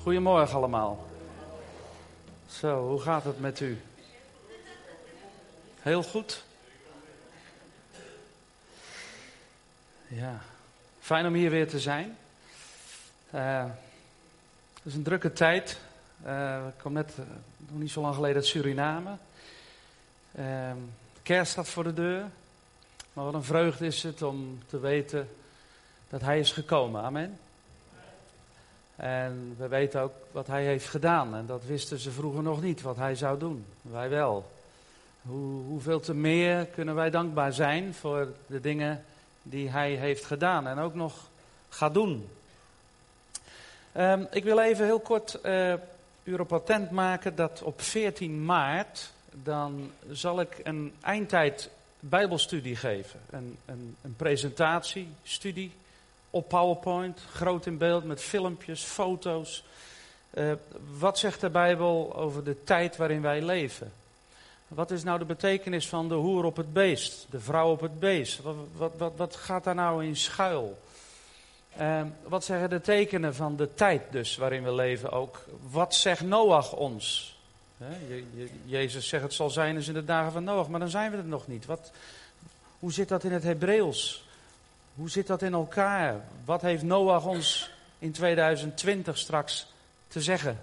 Goedemorgen allemaal. Zo, hoe gaat het met u? Heel goed? Ja, fijn om hier weer te zijn. Het is een drukke tijd. Ik kom net, nog niet zo lang geleden uit Suriname. De kerst staat voor de deur. Maar wat een vreugde is het om te weten dat hij is gekomen. Amen. En we weten ook wat hij heeft gedaan. En dat wisten ze vroeger nog niet, wat hij zou doen. Wij wel. Hoeveel te meer kunnen wij dankbaar zijn voor de dingen die hij heeft gedaan. En ook nog gaat doen. Ik wil even heel kort u op attent maken dat op 14 maart... dan zal ik een eindtijd bijbelstudie geven. Een presentatie, studie... op PowerPoint, groot in beeld, met filmpjes, foto's. Wat zegt de Bijbel over de tijd waarin wij leven? Wat is nou de betekenis van de hoer op het beest, de vrouw op het beest? Wat gaat daar nou in schuil? Wat zeggen de tekenen van de tijd dus waarin we leven ook? Wat zegt Noach ons? Jezus zegt het zal zijn als in de dagen van Noach, maar dan zijn we het nog niet. Hoe zit dat in het Hebreeuws? Hoe zit dat in elkaar? Wat heeft Noach ons in 2020 straks te zeggen?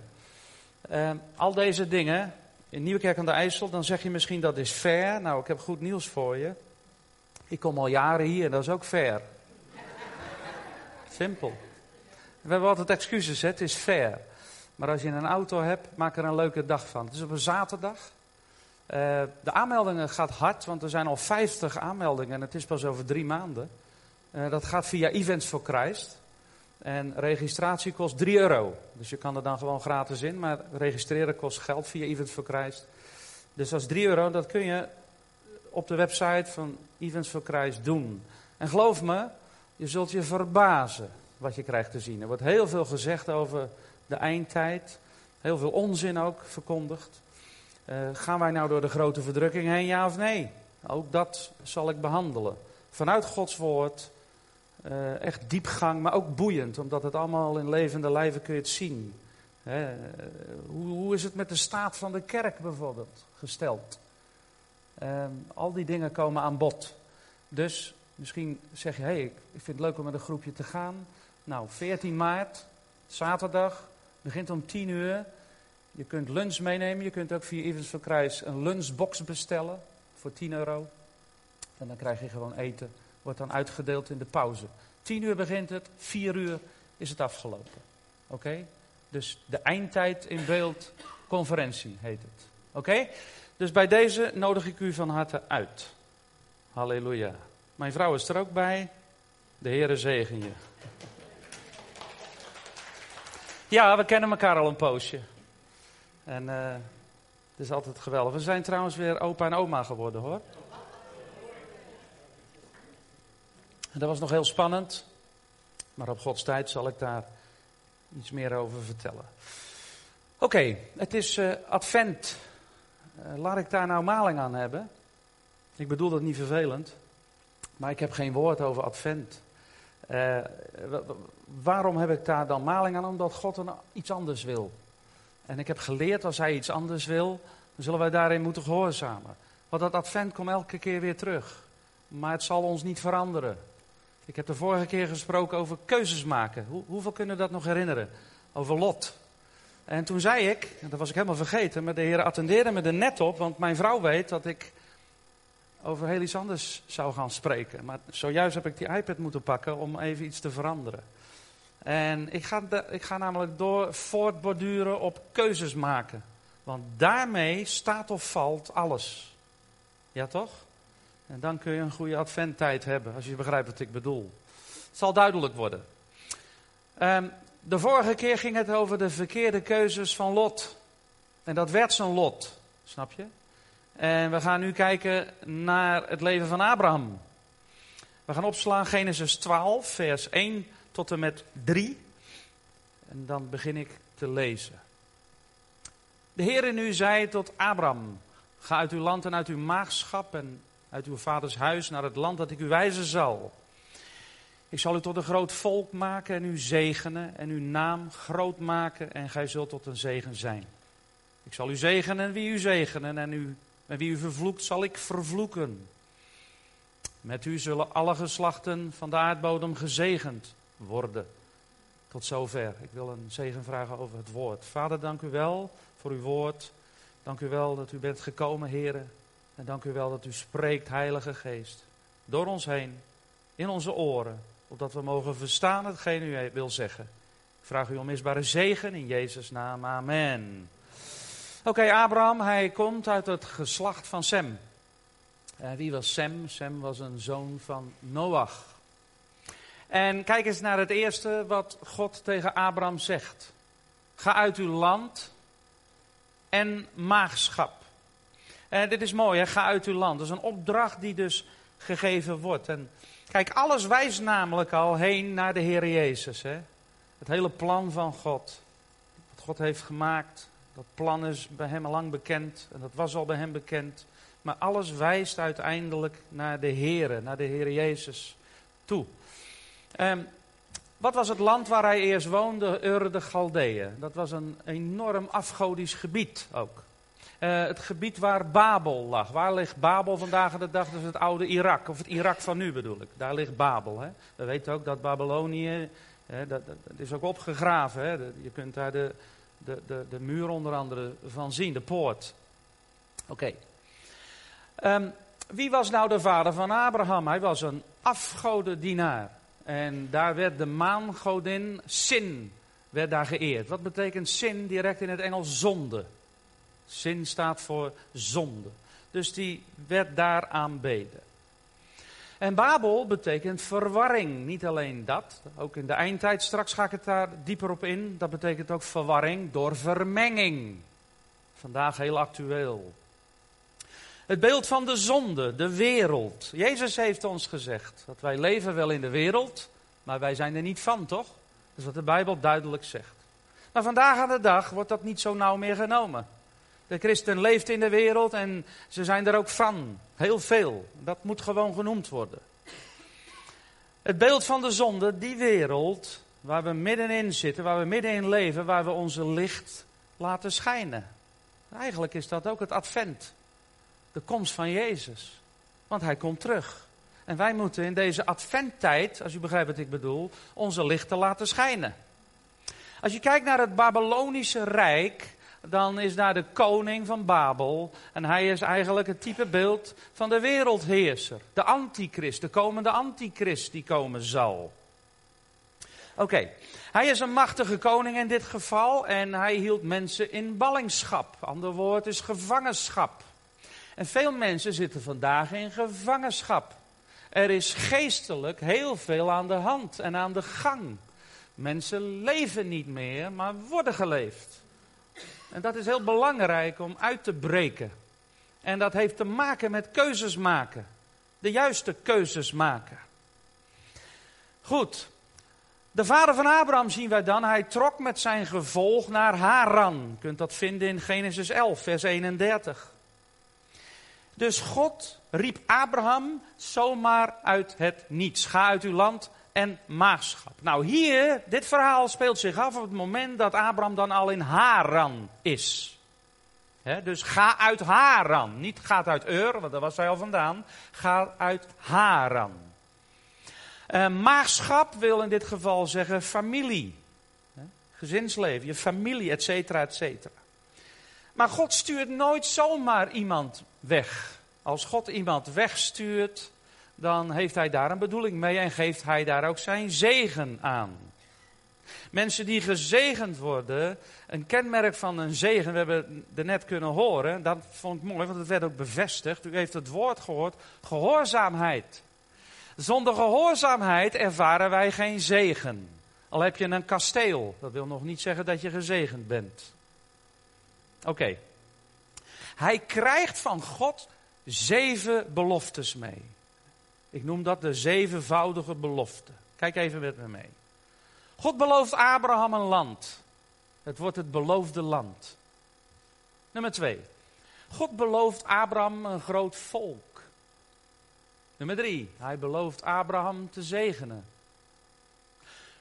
Al deze dingen, in Nieuwekerk aan de IJssel, dan zeg je misschien dat is ver. Nou, ik heb goed nieuws voor je. Ik kom al jaren hier en dat is ook ver. Simpel. We hebben altijd excuses, hè? Het is ver. Maar als je een auto hebt, maak er een leuke dag van. Het is op een zaterdag. De aanmeldingen gaat hard, want er zijn al 50 aanmeldingen en het is pas over 3 maanden. Dat gaat via Events for Christ. En registratie kost €3. Dus je kan er dan gewoon gratis in. Maar registreren kost geld via Events for Christ. Dus dat is €3. Dat kun je op de website van Events for Christ doen. En geloof me, je zult je verbazen wat je krijgt te zien. Er wordt heel veel gezegd over de eindtijd. Heel veel onzin ook verkondigd. Gaan wij nou door de grote verdrukking heen, ja of nee? Ook dat zal ik behandelen. Vanuit Gods woord. Echt diepgang, maar ook boeiend. Omdat het allemaal in levende lijven kun je het zien. Hoe is het met de staat van de kerk bijvoorbeeld gesteld? Al die dingen komen aan bod. Dus misschien zeg je, hey, ik vind het leuk om met een groepje te gaan. Nou, 14 maart, zaterdag, begint om 10 uur. Je kunt lunch meenemen. Je kunt ook via Events for Christ een lunchbox bestellen voor €10. En dan krijg je gewoon eten. Wordt dan uitgedeeld in de pauze. 10 uur begint het, 4 uur is het afgelopen. Oké? Dus de eindtijd in beeld conferentie heet het. Oké? Dus bij deze nodig ik u van harte uit. Halleluja. Mijn vrouw is er ook bij. De Heere zegen je. Ja, we kennen elkaar al een poosje. En het is altijd geweldig. We zijn trouwens weer opa en oma geworden, hoor. En dat was nog heel spannend. Maar op Gods tijd zal ik daar iets meer over vertellen. Oké, het is advent. Laat ik daar nou maling aan hebben. Ik bedoel dat niet vervelend. Maar ik heb geen woord over advent. Waarom heb ik daar dan maling aan? Omdat God iets anders wil. En ik heb geleerd, als hij iets anders wil, dan zullen wij daarin moeten gehoorzamen. Want dat advent komt elke keer weer terug. Maar het zal ons niet veranderen. Ik heb de vorige keer gesproken over keuzes maken. Hoeveel kunnen dat nog herinneren? Over Lot. En toen zei ik, en dat was ik helemaal vergeten, maar de Heer attendeerde me er net op, want mijn vrouw weet dat ik over heel iets anders zou gaan spreken. Maar zojuist heb ik die iPad moeten pakken om even iets te veranderen. En ik ga namelijk voortborduren op keuzes maken. Want daarmee staat of valt alles. Ja toch? En dan kun je een goede adventtijd hebben, als je begrijpt wat ik bedoel. Het zal duidelijk worden. De vorige keer ging het over de verkeerde keuzes van Lot. En dat werd zo'n Lot, snap je? En we gaan nu kijken naar het leven van Abraham. We gaan opslaan Genesis 12, vers 1 tot en met 3. En dan begin ik te lezen. De Heere nu zei tot Abraham: ga uit uw land en uit uw maagschap en uit uw vaders huis naar het land dat ik u wijzen zal. Ik zal u tot een groot volk maken en u zegenen en uw naam groot maken en gij zult tot een zegen zijn. Ik zal u zegenen wie u zegenen en wie u vervloekt zal ik vervloeken. Met u zullen alle geslachten van de aardbodem gezegend worden. Tot zover. Ik wil een zegen vragen over het woord. Vader, dank u wel voor uw woord. Dank u wel dat u bent gekomen, heren. En dank u wel dat u spreekt, Heilige Geest. Door ons heen, in onze oren. Opdat we mogen verstaan hetgeen u wil zeggen. Ik vraag u om misbare zegen in Jezus' naam. Amen. Oké, Abraham, hij komt uit het geslacht van Sem. Wie was Sem? Sem was een zoon van Noach. En kijk eens naar het eerste wat God tegen Abraham zegt. Ga uit uw land en maagschap. Dit is mooi, hè? Ga uit uw land. Dat is een opdracht die dus gegeven wordt. En kijk, alles wijst namelijk al heen naar de Heer Jezus. Hè? Het hele plan van God. Wat God heeft gemaakt. Dat plan is bij hem al lang bekend. En dat was al bij hem bekend. Maar alles wijst uiteindelijk naar de Heer. Naar de Heer Jezus toe. Wat was het land waar hij eerst woonde? Ur de Galdeeën. Dat was een enorm afgodisch gebied ook. Het gebied waar Babel lag. Waar ligt Babel vandaag de dag? Dat is het oude Irak. Of het Irak van nu bedoel ik. Daar ligt Babel. Hè? We weten ook dat Babylonië, dat is ook opgegraven. Hè? Je kunt daar de muur onder andere van zien. De poort. Oké. Wie was nou de vader van Abraham? Hij was een afgodendienaar. En daar werd de maangodin Sin werd daar geëerd. Wat betekent Sin direct in het Engels? Zonde. Sin staat voor zonde. Dus die werd daar aanbeden. En Babel betekent verwarring. Niet alleen dat, ook in de eindtijd. Straks ga ik het daar dieper op in. Dat betekent ook verwarring door vermenging. Vandaag heel actueel. Het beeld van de zonde, de wereld. Jezus heeft ons gezegd dat wij leven wel in de wereld, maar wij zijn er niet van, toch? Dat is wat de Bijbel duidelijk zegt. Maar vandaag aan de dag wordt dat niet zo nauw meer genomen. De christen leeft in de wereld en ze zijn er ook van. Heel veel. Dat moet gewoon genoemd worden. Het beeld van de zonde, die wereld waar we middenin zitten, waar we middenin leven, waar we onze licht laten schijnen. Eigenlijk is dat ook het advent. De komst van Jezus. Want hij komt terug. En wij moeten in deze adventtijd, als u begrijpt wat ik bedoel, onze lichten laten schijnen. Als je kijkt naar het Babylonische Rijk, dan is daar de koning van Babel. En hij is eigenlijk het type beeld van de wereldheerser. De antichrist, de komende antichrist die komen zal. Oké, hij is een machtige koning in dit geval en hij hield mensen in ballingschap. Ander woord is gevangenschap. En veel mensen zitten vandaag in gevangenschap. Er is geestelijk heel veel aan de hand en aan de gang. Mensen leven niet meer, maar worden geleefd. En dat is heel belangrijk om uit te breken. En dat heeft te maken met keuzes maken. De juiste keuzes maken. Goed. De vader van Abraham zien wij dan. Hij trok met zijn gevolg naar Haran. Je kunt dat vinden in Genesis 11, vers 31. Dus God riep Abraham zomaar uit het niets. Ga uit uw land en maagschap. Nou hier, dit verhaal speelt zich af op het moment dat Abraham dan al in Haran is. Dus ga uit Haran. Niet gaat uit Ur, want daar was hij al vandaan. Ga uit Haran. Maagschap wil in dit geval zeggen familie. Gezinsleven, je familie, et cetera, et cetera. Maar God stuurt nooit zomaar iemand weg. Als God iemand wegstuurt, dan heeft hij daar een bedoeling mee en geeft hij daar ook zijn zegen aan. Mensen die gezegend worden, een kenmerk van een zegen, we hebben het net kunnen horen, dat vond ik mooi, want het werd ook bevestigd. U heeft het woord gehoord, gehoorzaamheid. Zonder gehoorzaamheid ervaren wij geen zegen. Al heb je een kasteel, dat wil nog niet zeggen dat je gezegend bent. Oké. Hij krijgt van God 7 beloftes mee. Ik noem dat de 7voudige belofte. Kijk even met me mee. God belooft Abraham een land. Het wordt het beloofde land. Nummer 2. God belooft Abraham een groot volk. Nummer 3. Hij belooft Abraham te zegenen.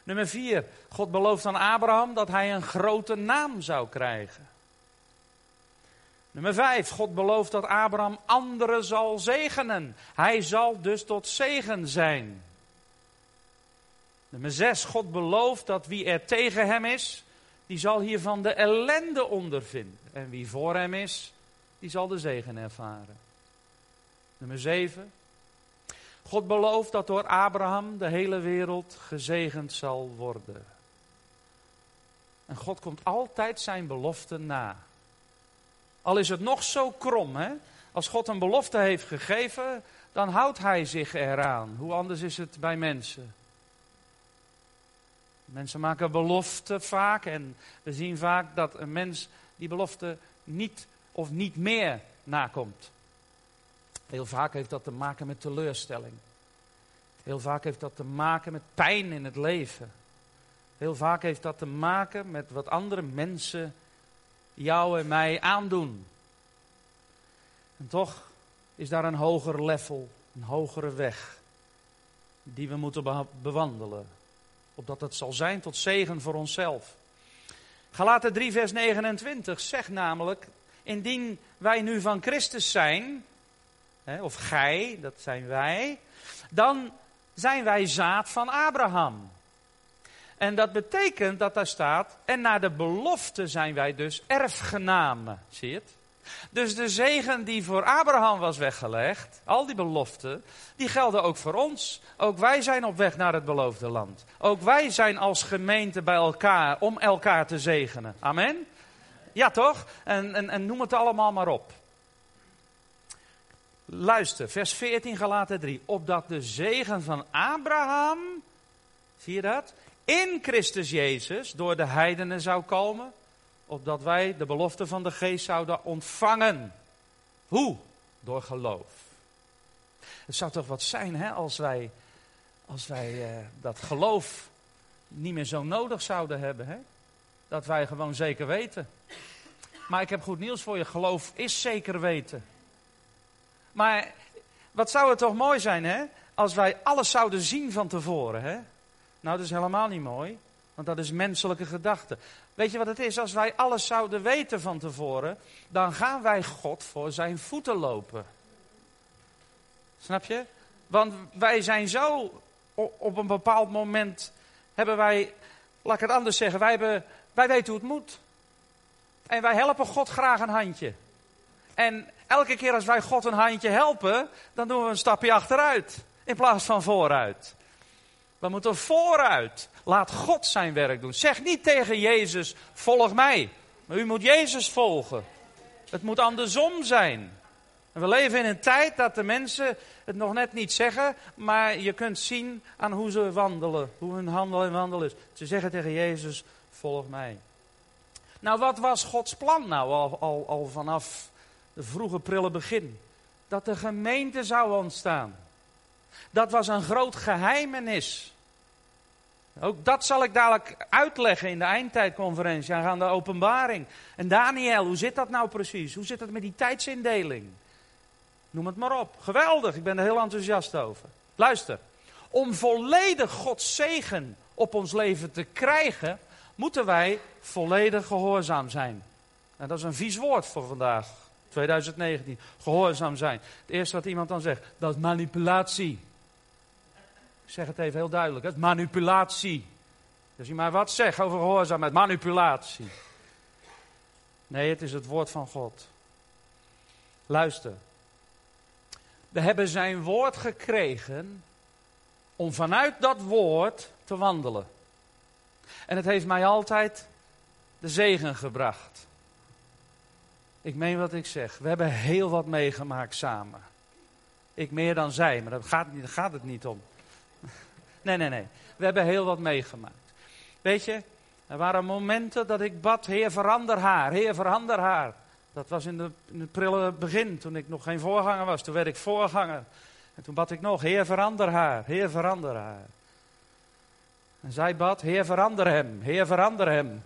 Nummer 4. God belooft aan Abraham dat hij een grote naam zou krijgen. Nummer 5. God belooft dat Abraham anderen zal zegenen. Hij zal dus tot zegen zijn. Nummer 6. God belooft dat wie er tegen hem is, die zal hiervan de ellende ondervinden. En wie voor hem is, die zal de zegen ervaren. Nummer 7. God belooft dat door Abraham de hele wereld gezegend zal worden. En God komt altijd zijn belofte na. Al is het nog zo krom, hè? Als God een belofte heeft gegeven, dan houdt hij zich eraan. Hoe anders is het bij mensen? Mensen maken beloften vaak en we zien vaak dat een mens die belofte niet of niet meer nakomt. Heel vaak heeft dat te maken met teleurstelling. Heel vaak heeft dat te maken met pijn in het leven. Heel vaak heeft dat te maken met wat andere mensen jou en mij aandoen. En toch is daar een hoger level, een hogere weg die we moeten bewandelen. Opdat het zal zijn tot zegen voor onszelf. Galaten 3 vers 29 zegt namelijk, indien wij nu van Christus zijn, of gij, dat zijn wij, dan zijn wij zaad van Abraham. En dat betekent dat daar staat, en naar de belofte zijn wij dus erfgenamen. Zie je het? Dus de zegen die voor Abraham was weggelegd, al die beloften, die gelden ook voor ons. Ook wij zijn op weg naar het beloofde land. Ook wij zijn als gemeente bij elkaar om elkaar te zegenen. Amen? Ja toch? En noem het allemaal maar op. Luister, vers 14 Galaten 3. Opdat de zegen van Abraham, zie je dat? In Christus Jezus door de heidenen zou komen. Opdat wij de belofte van de geest zouden ontvangen. Hoe? Door geloof. Het zou toch wat zijn, hè, als wij dat geloof niet meer zo nodig zouden hebben. Hè? Dat wij gewoon zeker weten. Maar ik heb goed nieuws voor je. Geloof is zeker weten. Maar wat zou het toch mooi zijn, hè? Als wij alles zouden zien van tevoren, hè? Nou, dat is helemaal niet mooi. Want dat is menselijke gedachte. Weet je wat het is? Als wij alles zouden weten van tevoren, dan gaan wij God voor zijn voeten lopen. Snap je? Want wij zijn zo, op een bepaald moment hebben wij, laat ik het anders zeggen, wij weten hoe het moet. En wij helpen God graag een handje. En elke keer als wij God een handje helpen, dan doen we een stapje achteruit. In plaats van vooruit. We moeten vooruit. Laat God zijn werk doen. Zeg niet tegen Jezus, volg mij. Maar u moet Jezus volgen. Het moet andersom zijn. En we leven in een tijd dat de mensen het nog net niet zeggen, maar je kunt zien aan hoe ze wandelen. Hoe hun handel en wandel is. Ze zeggen tegen Jezus, volg mij. Nou, wat was Gods plan nou al vanaf de vroege prille begin? Dat de gemeente zou ontstaan. Dat was een groot geheimenis. Ook dat zal ik dadelijk uitleggen in de eindtijdconferentie aangaande de openbaring. En Daniel, hoe zit dat nou precies? Hoe zit het met die tijdsindeling? Noem het maar op. Geweldig, ik ben er heel enthousiast over. Luister, om volledig Gods zegen op ons leven te krijgen, moeten wij volledig gehoorzaam zijn. En dat is een vies woord voor vandaag, 2019. Gehoorzaam zijn. Het eerste wat iemand dan zegt, dat is manipulatie. Ik zeg het even heel duidelijk, dat is manipulatie. Als je maar wat zegt over gehoorzaamheid, manipulatie. Nee, het is het woord van God. Luister. We hebben zijn woord gekregen om vanuit dat woord te wandelen. En het heeft mij altijd de zegen gebracht. Ik meen wat ik zeg. We hebben heel wat meegemaakt samen. Ik meer dan zij, maar daar gaat het niet om. Nee. We hebben heel wat meegemaakt. Weet je, er waren momenten dat ik bad, Heer verander haar, Heer verander haar. Dat was in het prille begin, toen ik nog geen voorganger was. Toen werd ik voorganger. En toen bad ik nog, Heer verander haar, Heer verander haar. En zij bad, Heer verander hem, Heer verander hem.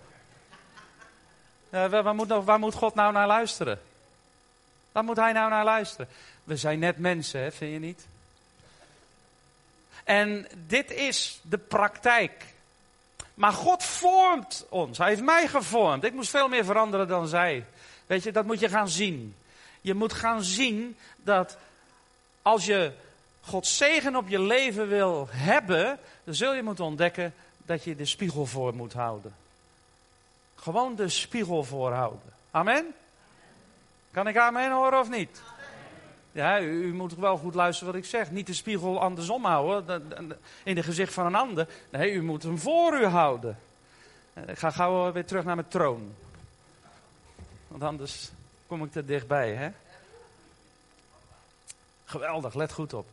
Waar moet God nou naar luisteren? Waar moet hij nou naar luisteren? We zijn net mensen, hè, vind je niet? En dit is de praktijk. Maar God vormt ons. Hij heeft mij gevormd. Ik moest veel meer veranderen dan zij. Weet je, dat moet je gaan zien. Je moet gaan zien dat als je Gods zegen op je leven wil hebben, dan zul je moeten ontdekken dat je de spiegel voor moet houden. Gewoon de spiegel voorhouden. Amen? Kan ik amen horen of niet? Ja, u moet wel goed luisteren wat ik zeg. Niet de spiegel andersom houden, in het gezicht van een ander. Nee, u moet hem voor u houden. Ik ga gauw weer terug naar mijn troon. Want anders kom ik te dichtbij, hè? Geweldig, let goed op.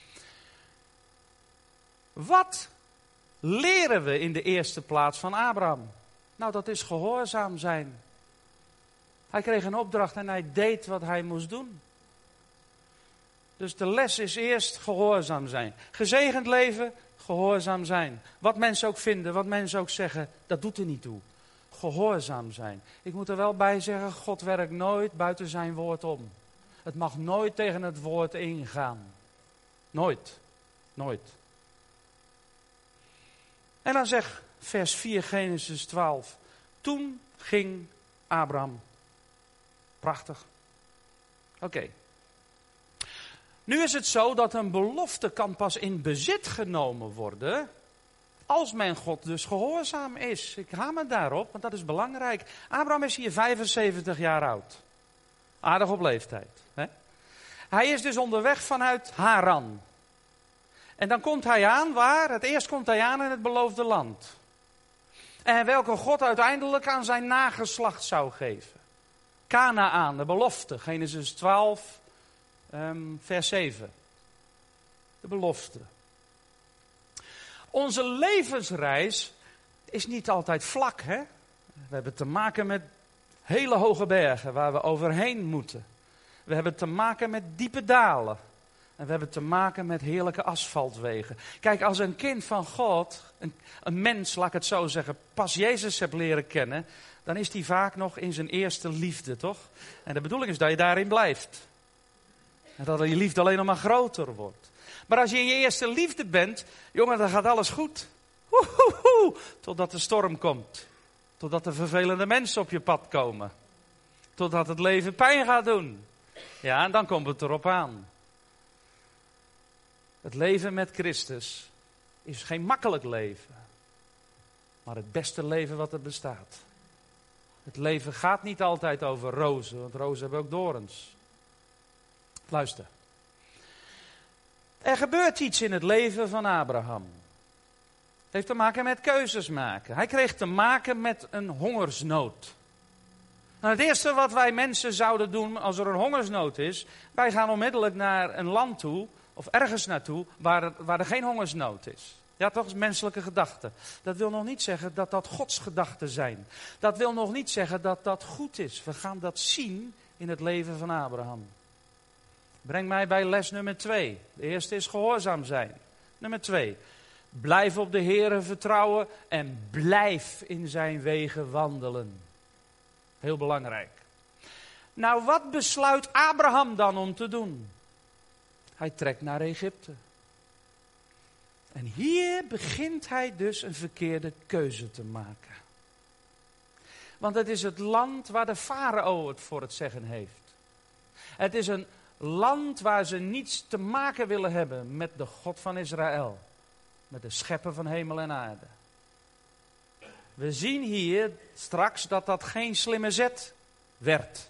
Wat leren we in de eerste plaats van Abraham? Nou, dat is gehoorzaam zijn. Hij kreeg een opdracht en hij deed wat hij moest doen. Dus de les is eerst gehoorzaam zijn. Gezegend leven, gehoorzaam zijn. Wat mensen ook vinden, wat mensen ook zeggen, dat doet er niet toe. Gehoorzaam zijn. Ik moet er wel bij zeggen, God werkt nooit buiten zijn woord om. Het mag nooit tegen het woord ingaan. Nooit. Nooit. En dan zegt vers 4 Genesis 12. Toen ging Abraham. Prachtig. Oké. Nu is het zo dat een belofte kan pas in bezit genomen worden als men God dus gehoorzaam is. Ik hamer daarop, want dat is belangrijk. Abraham is hier 75 jaar oud. Aardig op leeftijd. Hè? Hij is dus onderweg vanuit Haran. En dan komt hij aan waar? Het eerst komt hij aan in het beloofde land. En welke God uiteindelijk aan zijn nageslacht zou geven. Kanaan, de belofte. Genesis 12, vers 7. De belofte. Onze levensreis is niet altijd vlak, hè? We hebben te maken met hele hoge bergen waar we overheen moeten. We hebben te maken met diepe dalen. En we hebben te maken met heerlijke asfaltwegen. Kijk, als een kind van God, een mens, laat ik het zo zeggen, pas Jezus hebt leren kennen, dan is die vaak nog in zijn eerste liefde, toch? En de bedoeling is dat je daarin blijft. En dat je liefde alleen nog maar groter wordt. Maar als je in je eerste liefde bent, jongen, dan gaat alles goed. Totdat de storm komt. Totdat er vervelende mensen op je pad komen. Totdat het leven pijn gaat doen. Ja, en dan komt het erop aan. Het leven met Christus is geen makkelijk leven. Maar het beste leven wat er bestaat. Het leven gaat niet altijd over rozen, want rozen hebben ook dorens. Luister. Er gebeurt iets in het leven van Abraham. Het heeft te maken met keuzes maken. Hij kreeg te maken met een hongersnood. Nou, het eerste wat wij mensen zouden doen als er een hongersnood is, wij gaan onmiddellijk naar een land toe, of ergens naartoe, waar er geen hongersnood is. Ja, toch is menselijke gedachten. Dat wil nog niet zeggen dat dat Gods gedachten zijn. Dat wil nog niet zeggen dat dat goed is. We gaan dat zien in het leven van Abraham. Breng mij bij les nummer 2. De eerste is gehoorzaam zijn. Nummer 2. Blijf op de Heere vertrouwen en blijf in zijn wegen wandelen. Heel belangrijk. Nou, wat besluit Abraham dan om te doen? Hij trekt naar Egypte. En hier begint hij dus een verkeerde keuze te maken. Want het is het land waar de farao het voor het zeggen heeft. Het is een land waar ze niets te maken willen hebben met de God van Israël. Met de schepper van hemel en aarde. We zien hier straks dat dat geen slimme zet werd.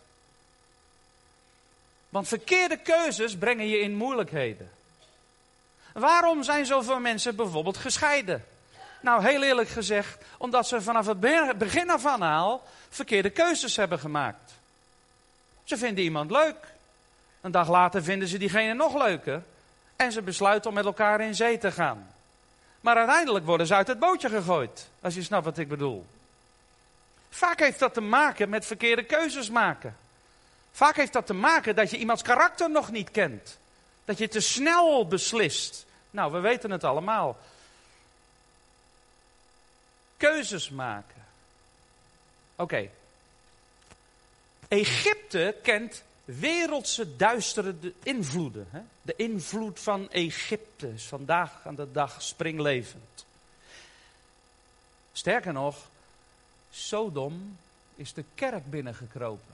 Want verkeerde keuzes brengen je in moeilijkheden. Waarom zijn zoveel mensen bijvoorbeeld gescheiden? Nou, heel eerlijk gezegd, omdat ze vanaf het begin af aan al verkeerde keuzes hebben gemaakt. Ze vinden iemand leuk. Een dag later vinden ze diegene nog leuker. En ze besluiten om met elkaar in zee te gaan. Maar uiteindelijk worden ze uit het bootje gegooid. Als je snapt wat ik bedoel. Vaak heeft dat te maken met verkeerde keuzes maken. Vaak heeft dat te maken dat je iemands karakter nog niet kent. Dat je te snel beslist. Nou, we weten het allemaal. Keuzes maken. Oké. Egypte kent wereldse duistere invloeden. Hè? De invloed van Egypte is vandaag aan de dag springlevend. Sterker nog, Sodom is de kerk binnengekropen.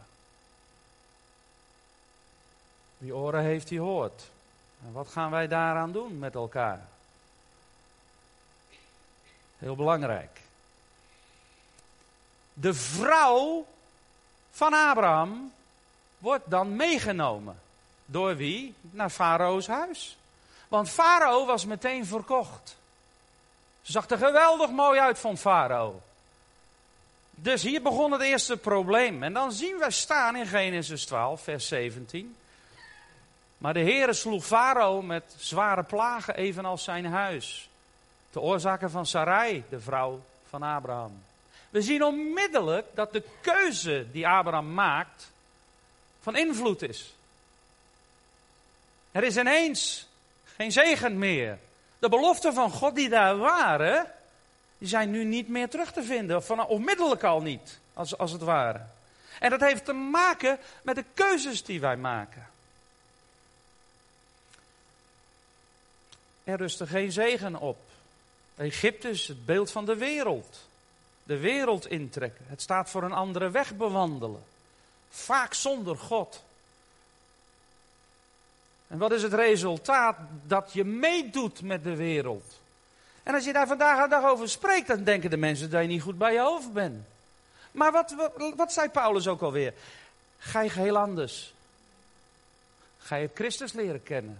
Wie oren heeft, die hoort. En wat gaan wij daaraan doen met elkaar? Heel belangrijk. De vrouw van Abraham wordt dan meegenomen. Door wie? Naar Farao's huis. Want Farao was meteen verkocht. Ze zag er geweldig mooi uit, vond Farao. Dus hier begon het eerste probleem. En dan zien we staan in Genesis 12, vers 17. Maar de Heere sloeg Farao met zware plagen, evenals zijn huis. Te oorzaken van Sarai, de vrouw van Abraham. We zien onmiddellijk dat de keuze die Abraham maakt van invloed is. Er is ineens geen zegen meer. De beloften van God die daar waren, die zijn nu niet meer terug te vinden. Of onmiddellijk al niet, als het ware. En dat heeft te maken met de keuzes die wij maken. Er rustte geen zegen op. Egypte is het beeld van de wereld. De wereld intrekken. Het staat voor een andere weg bewandelen. Vaak zonder God. En wat is het resultaat? Dat je meedoet met de wereld. En als je daar vandaag de dag over spreekt, dan denken de mensen dat je niet goed bij je hoofd bent. Maar wat zei Paulus ook alweer? Gij geheel anders. Gij hebt Christus leren kennen.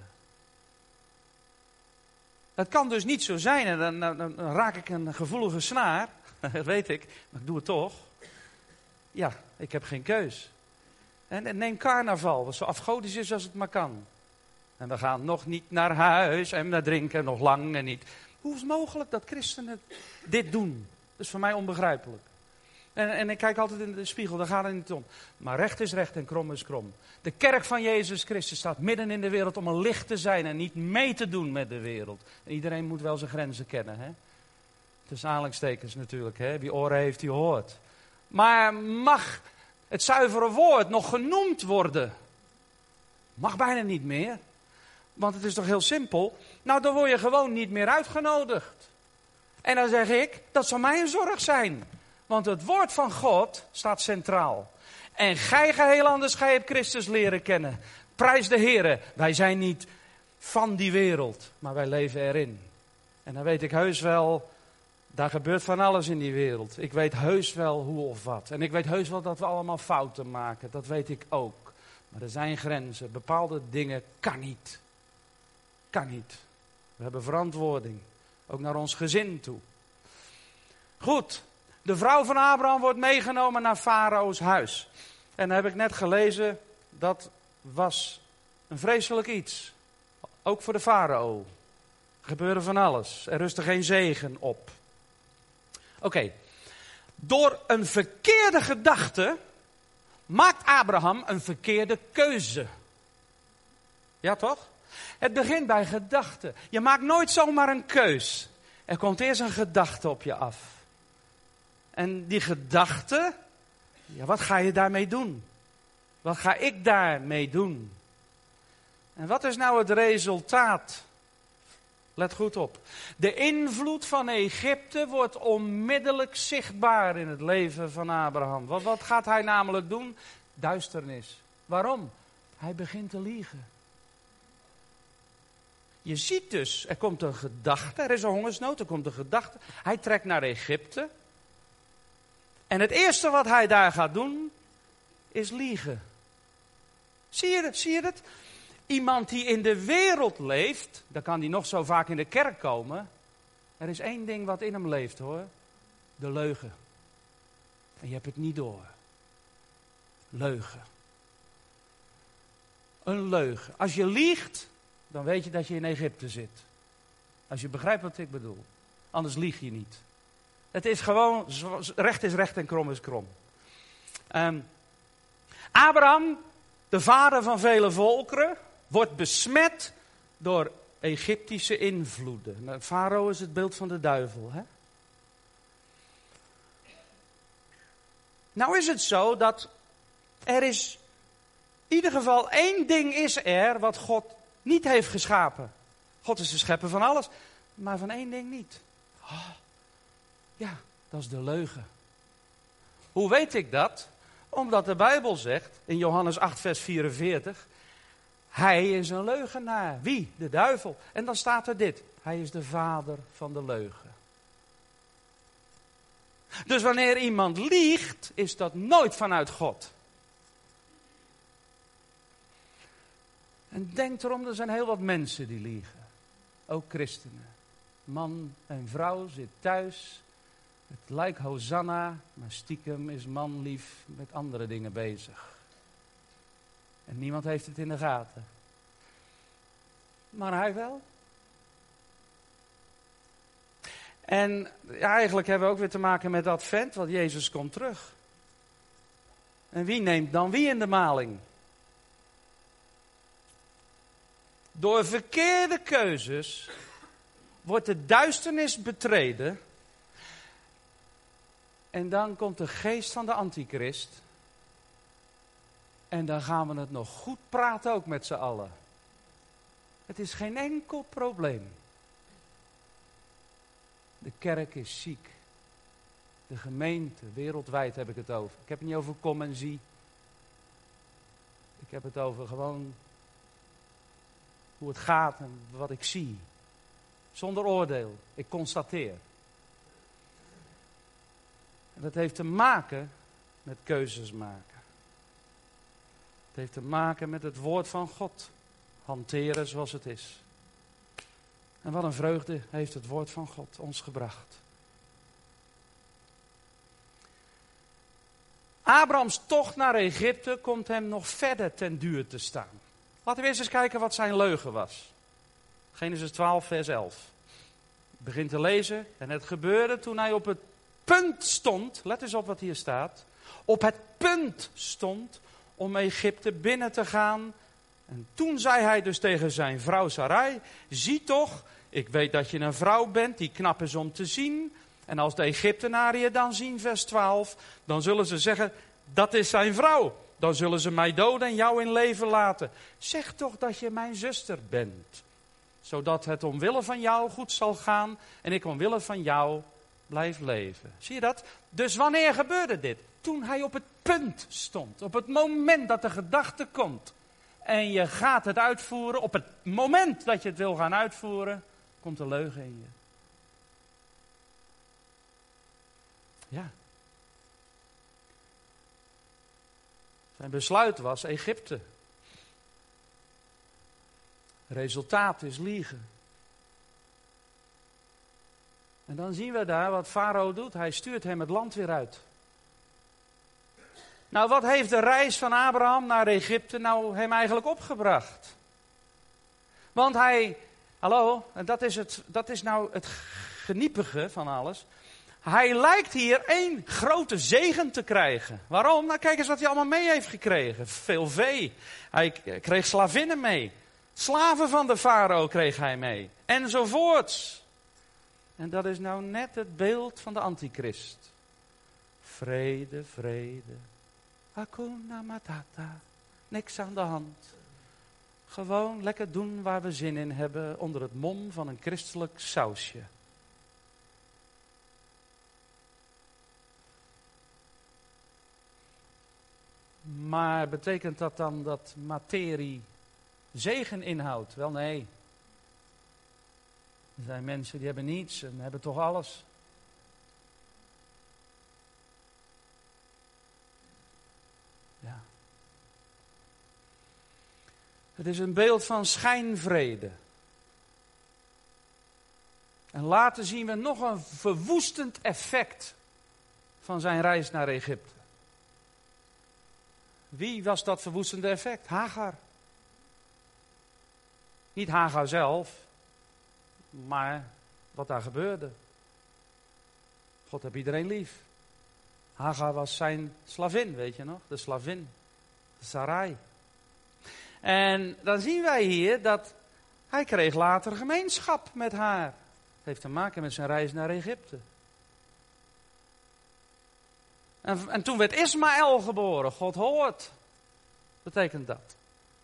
Het kan dus niet zo zijn, en dan raak ik een gevoelige snaar, dat weet ik, maar ik doe het toch. Ja, ik heb geen keus. En neem carnaval, wat zo afgodisch is als het maar kan. En we gaan nog niet naar huis en we drinken nog lang en niet. Hoe is het mogelijk dat christenen dit doen? Dat is voor mij onbegrijpelijk. En ik kijk altijd in de spiegel, daar gaat het niet om. Maar recht is recht en krom is krom. De kerk van Jezus Christus staat midden in de wereld om een licht te zijn en niet mee te doen met de wereld. En iedereen moet wel zijn grenzen kennen. Hè? Tussen aanhalingstekens natuurlijk. Hè? Wie oren heeft, die hoort. Maar mag het zuivere woord nog genoemd worden? Mag bijna niet meer. Want het is toch heel simpel. Nou, dan word je gewoon niet meer uitgenodigd. En dan zeg ik, dat zal mij een zorg zijn. Want het woord van God staat centraal. En gij geheel anders, gij hebt Christus leren kennen. Prijs de Heere, wij zijn niet van die wereld, maar wij leven erin. En dan weet ik heus wel, daar gebeurt van alles in die wereld. Ik weet heus wel hoe of wat. En ik weet heus wel dat we allemaal fouten maken, dat weet ik ook. Maar er zijn grenzen, bepaalde dingen kan niet. Kan niet. We hebben verantwoording, ook naar ons gezin toe. Goed. De vrouw van Abraham wordt meegenomen naar Farao's huis. En dan heb ik net gelezen, dat was een vreselijk iets. Ook voor de farao. Er gebeurde van alles. Er rustte geen zegen op. Oké. Door een verkeerde gedachte maakt Abraham een verkeerde keuze. Ja toch? Het begint bij gedachten. Je maakt nooit zomaar een keus. Er komt eerst een gedachte op je af. En die gedachte, ja, wat ga je daarmee doen? Wat ga ik daarmee doen? En wat is nou het resultaat? Let goed op. De invloed van Egypte wordt onmiddellijk zichtbaar in het leven van Abraham. Wat gaat hij namelijk doen? Duisternis. Waarom? Hij begint te liegen. Je ziet dus, er komt een gedachte, er is een hongersnood, er komt een gedachte. Hij trekt naar Egypte. En het eerste wat hij daar gaat doen, is liegen. Zie je het? Iemand die in de wereld leeft, dan kan die nog zo vaak in de kerk komen. Er is één ding wat in hem leeft hoor. De leugen. En je hebt het niet door. Leugen. Een leugen. Als je liegt, dan weet je dat je in Egypte zit. Als je begrijpt wat ik bedoel. Anders lieg je niet. Het is gewoon, recht is recht en krom is krom. Abraham, de vader van vele volkeren, wordt besmet door Egyptische invloeden. Farao is het beeld van de duivel. Hè? Nou is het zo dat er is, in ieder geval één ding is er wat God niet heeft geschapen. God is de schepper van alles, maar van één ding niet. Oh, ja, Dat is de leugen. Hoe weet ik dat? Omdat de Bijbel zegt, in Johannes 8 vers 44... Hij is een leugenaar. Wie? De duivel. En dan staat er dit. Hij is de vader van de leugen. Dus wanneer iemand liegt, is dat nooit vanuit God. En denk erom, er zijn heel wat mensen die liegen. Ook christenen. Man en vrouw zit thuis. Het lijkt Hosanna, maar stiekem is man lief met andere dingen bezig. En niemand heeft het in de gaten. Maar hij wel. En ja, eigenlijk hebben we ook weer te maken met Advent, want Jezus komt terug. En wie neemt dan wie in de maling? Door verkeerde keuzes wordt de duisternis betreden. En dan komt de geest van de antichrist. En dan gaan we het nog goed praten ook met z'n allen. Het is geen enkel probleem. De kerk is ziek. De gemeente, wereldwijd heb ik het over. Ik heb het niet over kom en zie. Ik heb het over gewoon hoe het gaat en wat ik zie. Zonder oordeel. Ik constateer. En dat heeft te maken met keuzes maken. Het heeft te maken met het woord van God. Hanteren zoals het is. En wat een vreugde heeft het woord van God ons gebracht. Abrahams tocht naar Egypte komt hem nog verder ten duur te staan. Laten we eerst eens kijken wat zijn leugen was. Genesis 12 vers 11. Ik begin te lezen en het gebeurde toen hij op het punt stond. Let eens op wat hier staat. Op het punt stond om Egypte binnen te gaan. En toen zei hij dus tegen zijn vrouw Sarai, zie toch, ik weet dat je een vrouw bent die knap is om te zien. En als de Egyptenaren je dan zien, vers 12, dan zullen ze zeggen, dat is zijn vrouw. Dan zullen ze mij doden en jou in leven laten. Zeg toch dat je mijn zuster bent. Zodat het omwille van jou goed zal gaan en ik omwille van jou blijf leven. Zie je dat? Dus wanneer gebeurde dit? Toen hij op het punt stond. Op het moment dat de gedachte komt. En je gaat het uitvoeren. Op het moment dat je het wil gaan uitvoeren, komt de leugen in je. Ja. Zijn besluit was Egypte. Resultaat is liegen. En dan zien we daar wat Farao doet. Hij stuurt hem het land weer uit. Nou, wat heeft de reis van Abraham naar Egypte nou hem eigenlijk opgebracht? Want hij, en dat is nou het geniepige van alles. Hij lijkt hier één grote zegen te krijgen. Waarom? Nou, kijk eens wat hij allemaal mee heeft gekregen. Veel vee. Hij kreeg slavinnen mee. Slaven van de farao kreeg hij mee. Enzovoorts. En dat is nou net het beeld van de antichrist. Vrede, vrede. Hakuna Matata. Niks aan de hand. Gewoon lekker doen waar we zin in hebben onder het mom van een christelijk sausje. Maar betekent dat dan dat materie zegen inhoudt? Wel nee. Er zijn mensen die hebben niets en hebben toch alles. Ja. Het is een beeld van schijnvrede. En later zien we nog een verwoestend effect van zijn reis naar Egypte. Wie was dat verwoestende effect? Hagar. Niet Hagar zelf, maar wat daar gebeurde. God heeft iedereen lief. Hagar was zijn slavin, weet je nog? De slavin, de Sarai. En dan zien wij hier dat hij kreeg later gemeenschap met haar. Het heeft te maken met zijn reis naar Egypte. En toen werd Ismaël geboren. God hoort. Betekent dat.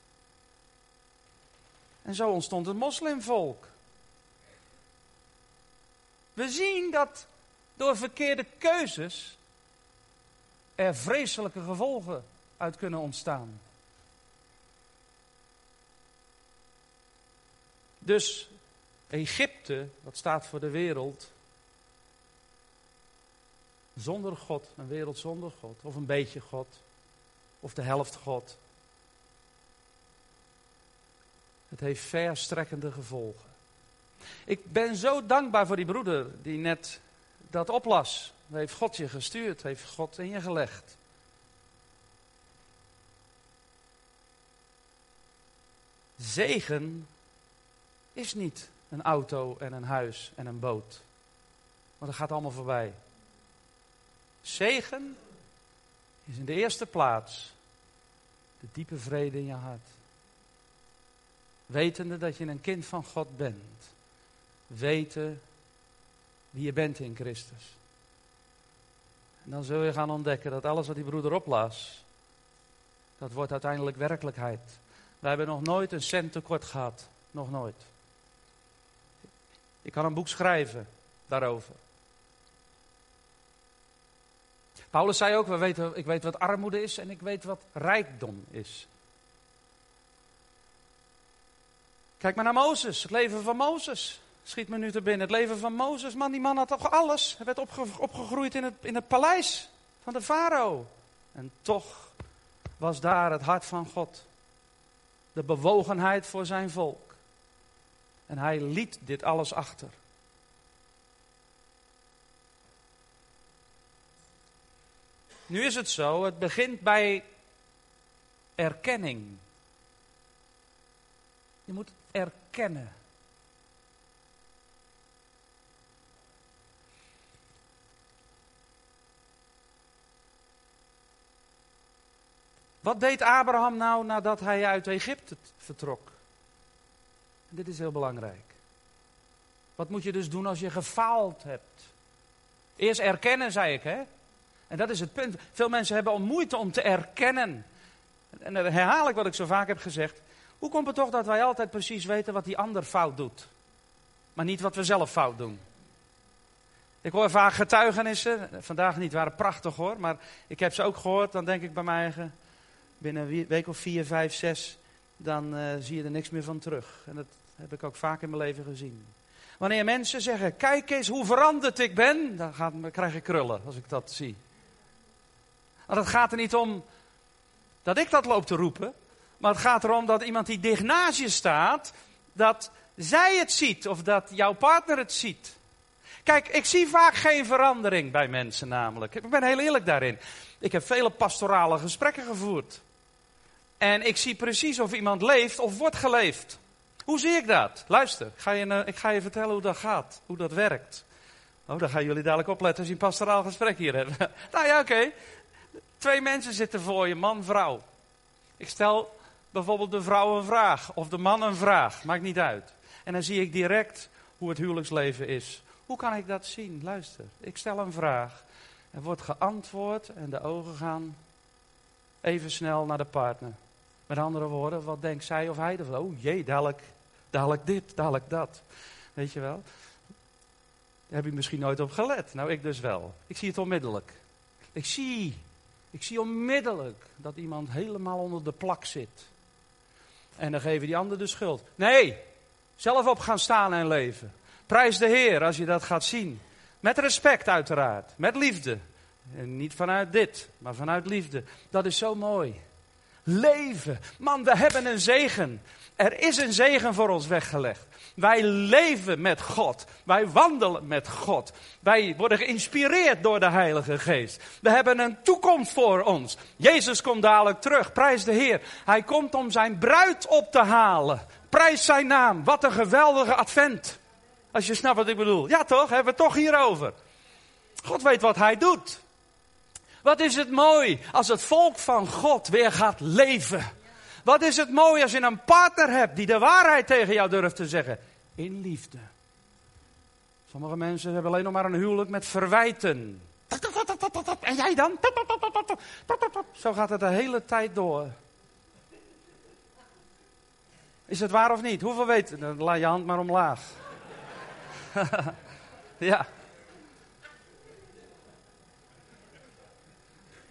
En zo ontstond het moslimvolk. We zien dat door verkeerde keuzes er vreselijke gevolgen uit kunnen ontstaan. Dus Egypte, dat staat voor de wereld, zonder God, een wereld zonder God, of een beetje God, of de helft God. Het heeft verstrekkende gevolgen. Ik ben zo dankbaar voor die broeder die net dat oplas. Dat heeft God je gestuurd, heeft God in je gelegd. Zegen is niet een auto en een huis en een boot. Want dat gaat allemaal voorbij. Zegen is in de eerste plaats de diepe vrede in je hart. Wetende dat je een kind van God bent. Weten wie je bent in Christus. En dan zul je gaan ontdekken dat alles wat die broeder oplas, dat wordt uiteindelijk werkelijkheid. Wij hebben nog nooit een cent tekort gehad. Nog nooit. Ik kan een boek schrijven daarover. Paulus zei ook, ik weet wat armoede is en ik weet wat rijkdom is. Kijk maar naar Mozes, het leven van Mozes. Schiet me nu te binnen, het leven van Mozes. Man, die man had toch alles. Hij werd opgegroeid in het paleis van de farao. En toch was daar het hart van God. De bewogenheid voor zijn volk. En hij liet dit alles achter. Nu is het zo, het begint bij erkenning. Je moet erkennen. Wat deed Abraham nou nadat hij uit Egypte vertrok? Dit is heel belangrijk. Wat moet je dus doen als je gefaald hebt? Eerst erkennen, zei ik, hè? En dat is het punt. Veel mensen hebben al moeite om te erkennen. En dan herhaal ik wat ik zo vaak heb gezegd. Hoe komt het toch dat wij altijd precies weten wat die ander fout doet? Maar niet wat we zelf fout doen. Ik hoor vaak getuigenissen. Vandaag niet, waren prachtig hoor. Maar ik heb ze ook gehoord. Dan denk ik bij mij eigen. Binnen een week of 4, 5, 6. Dan zie je er niks meer van terug. En dat heb ik ook vaak in mijn leven gezien. Wanneer mensen zeggen, kijk eens hoe veranderd ik ben. Dan krijg ik krullen als ik dat zie. Want het gaat er niet om dat ik dat loop te roepen. Maar het gaat erom dat iemand die dicht naast je staat, dat zij het ziet of dat jouw partner het ziet. Kijk, ik zie vaak geen verandering bij mensen namelijk. Ik ben heel eerlijk daarin. Ik heb vele pastorale gesprekken gevoerd. En ik zie precies of iemand leeft of wordt geleefd. Hoe zie ik dat? Luister, ik ga je vertellen hoe dat gaat, hoe dat werkt. Oh, dan gaan jullie dadelijk opletten als je een pastoraal gesprek hier hebt. Nou ja, oké. 2 mensen zitten voor je, man, vrouw. Ik stel bijvoorbeeld de vrouw een vraag of de man een vraag, maakt niet uit. En dan zie ik direct hoe het huwelijksleven is. Hoe kan ik dat zien? Luister, ik stel een vraag. Er wordt geantwoord en de ogen gaan even snel naar de partner. Met andere woorden, wat denkt zij of hij ervan? Oh jee, dadelijk dit, dadelijk dat. Weet je wel? Daar heb je misschien nooit op gelet. Nou, ik dus wel. Ik zie het onmiddellijk. Ik zie onmiddellijk dat iemand helemaal onder de plak zit. En dan geven die ander de schuld. Nee, zelf op gaan staan en leven. Prijs de Heer als je dat gaat zien. Met respect uiteraard, met liefde. En niet vanuit dit, maar vanuit liefde. Dat is zo mooi. Leven. Man, we hebben een zegen. Er is een zegen voor ons weggelegd. Wij leven met God. Wij wandelen met God. Wij worden geïnspireerd door de Heilige Geest. We hebben een toekomst voor ons. Jezus komt dadelijk terug. Prijs de Heer. Hij komt om zijn bruid op te halen. Prijs zijn naam. Wat een geweldige advent. Als je snapt wat ik bedoel. Ja toch, hebben we het toch hierover. God weet wat hij doet. Wat is het mooi als het volk van God weer gaat leven. Wat is het mooi als je een partner hebt die de waarheid tegen jou durft te zeggen. In liefde. Sommige mensen hebben alleen nog maar een huwelijk met verwijten. En jij dan? Zo gaat het de hele tijd door. Is het waar of niet? Hoeveel weten? Dan laat je hand maar omlaag. Ja.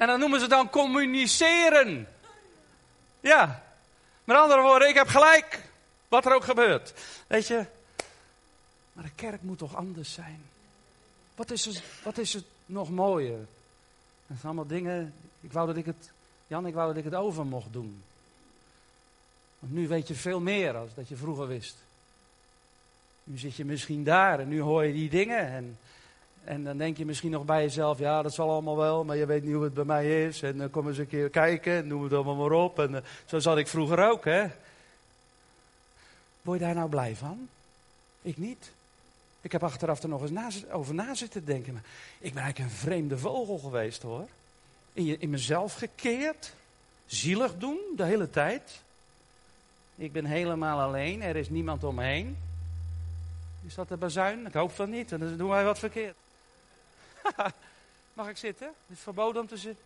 En dat noemen ze dan communiceren. Ja. Met andere woorden, ik heb gelijk. Wat er ook gebeurt. Weet je. Maar de kerk moet toch anders zijn. Wat is het nog mooier? Dat zijn allemaal dingen. Ik wou dat ik het over mocht doen. Want nu weet je veel meer dan dat je vroeger wist. Nu zit je misschien daar en nu hoor je die dingen. En dan denk je misschien nog bij jezelf, ja, dat zal allemaal wel, maar je weet niet hoe het bij mij is. En dan kom eens een keer kijken en noem het allemaal maar op. En zo zat ik vroeger ook, hè. Word je daar nou blij van? Ik niet. Ik heb achteraf er nog eens over na zitten denken. Maar ik ben eigenlijk een vreemde vogel geweest, hoor. In mezelf gekeerd. Zielig doen, de hele tijd. Ik ben helemaal alleen, er is niemand om me heen. Is dat de bazuin? Ik hoop van niet, dan doen wij wat verkeerd. Mag ik zitten? Het is verboden om te zitten.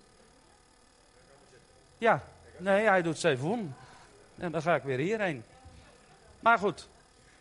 Ja, nee, hij doet het even om. En dan ga ik weer hierheen. Maar goed.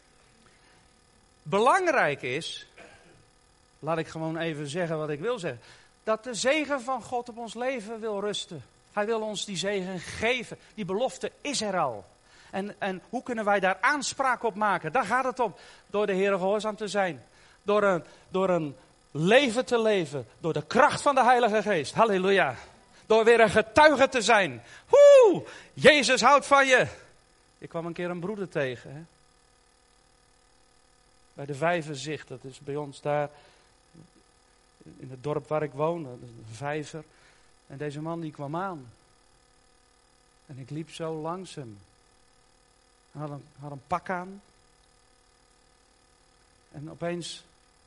Belangrijk is, laat ik gewoon even zeggen wat ik wil zeggen. Dat de zegen van God op ons leven wil rusten. Hij wil ons die zegen geven. Die belofte is er al. En hoe kunnen wij daar aanspraak op maken? Daar gaat het om. Door de Heer gehoorzaam te zijn. Door een leven te leven. Door de kracht van de Heilige Geest. Halleluja. Door weer een getuige te zijn. Jezus houdt van je. Ik kwam een keer een broeder tegen. Hè? Bij de Vijverzicht. Dat is bij ons daar. In het dorp waar ik woon. Dat is een vijver. En deze man die kwam aan. En ik liep zo langs hem. Hij had een pak aan. En opeens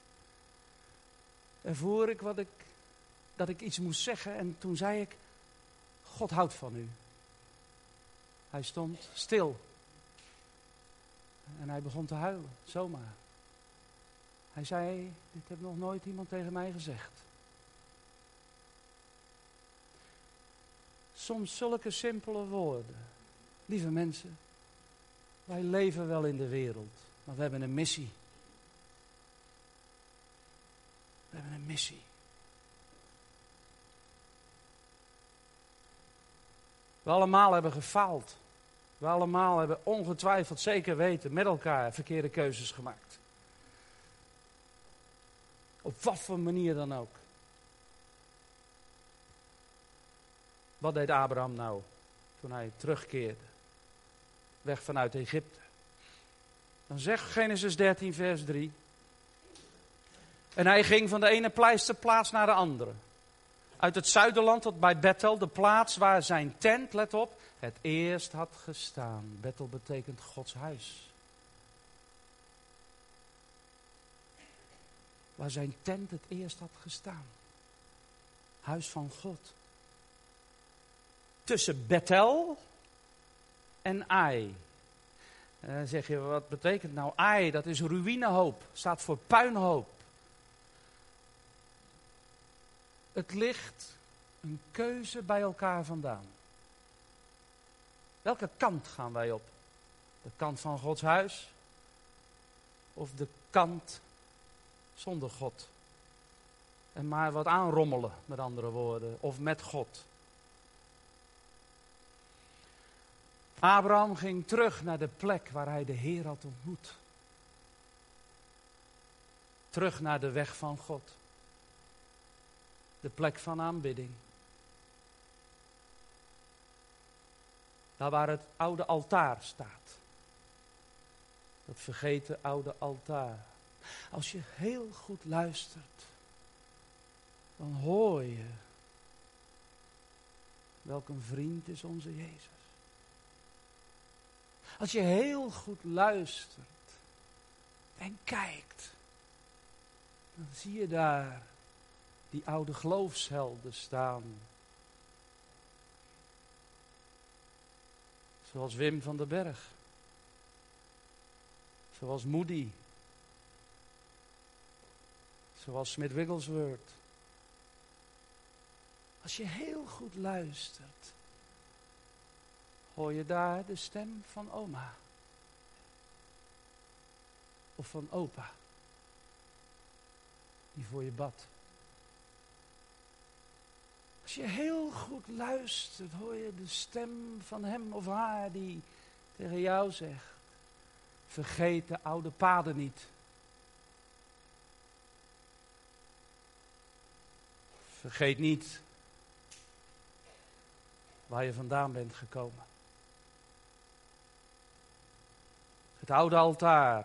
ervoer ik dat ik iets moest zeggen. En toen zei ik, God houdt van u. Hij stond stil. En hij begon te huilen, zomaar. Hij zei, dit heeft nog nooit iemand tegen mij gezegd. Soms zulke simpele woorden. Lieve mensen, wij leven wel in de wereld, maar we hebben een missie. We hebben een missie. We allemaal hebben gefaald. We allemaal hebben ongetwijfeld, zeker weten, met elkaar verkeerde keuzes gemaakt. Op wat voor manier dan ook. Wat deed Abraham nou toen hij terugkeerde? Weg vanuit Egypte. Dan zegt Genesis 13 vers 3. En hij ging van de ene pleisterplaats naar de andere. Uit het zuiderland tot bij Bethel, de plaats waar zijn tent, let op, het eerst had gestaan. Bethel betekent Gods huis. Waar zijn tent het eerst had gestaan. Huis van God. Tussen Bethel en Ai. En dan zeg je, wat betekent nou Ai? Dat is ruïnehoop. Staat voor puinhoop. Het ligt een keuze bij elkaar vandaan. Welke kant gaan wij op? De kant van Gods huis? Of de kant zonder God? En maar wat aanrommelen, met andere woorden. Of met God. Abraham ging terug naar de plek waar hij de Heer had ontmoet. Terug naar de weg van God. De plek van aanbidding. Daar waar het oude altaar staat. Dat vergeten oude altaar. Als je heel goed luistert, dan hoor je welk een vriend is onze Jezus. Als je heel goed luistert en kijkt, dan zie je daar die oude geloofshelden staan. Zoals Wim van den Berg. Zoals Moody. Zoals Smith Wigglesworth. Als je heel goed luistert, hoor je daar de stem van oma. Of van opa. Die voor je bad. Als je heel goed luistert, hoor je de stem van hem of haar die tegen jou zegt: vergeet de oude paden niet. Vergeet niet waar je vandaan bent gekomen. Het oude altaar.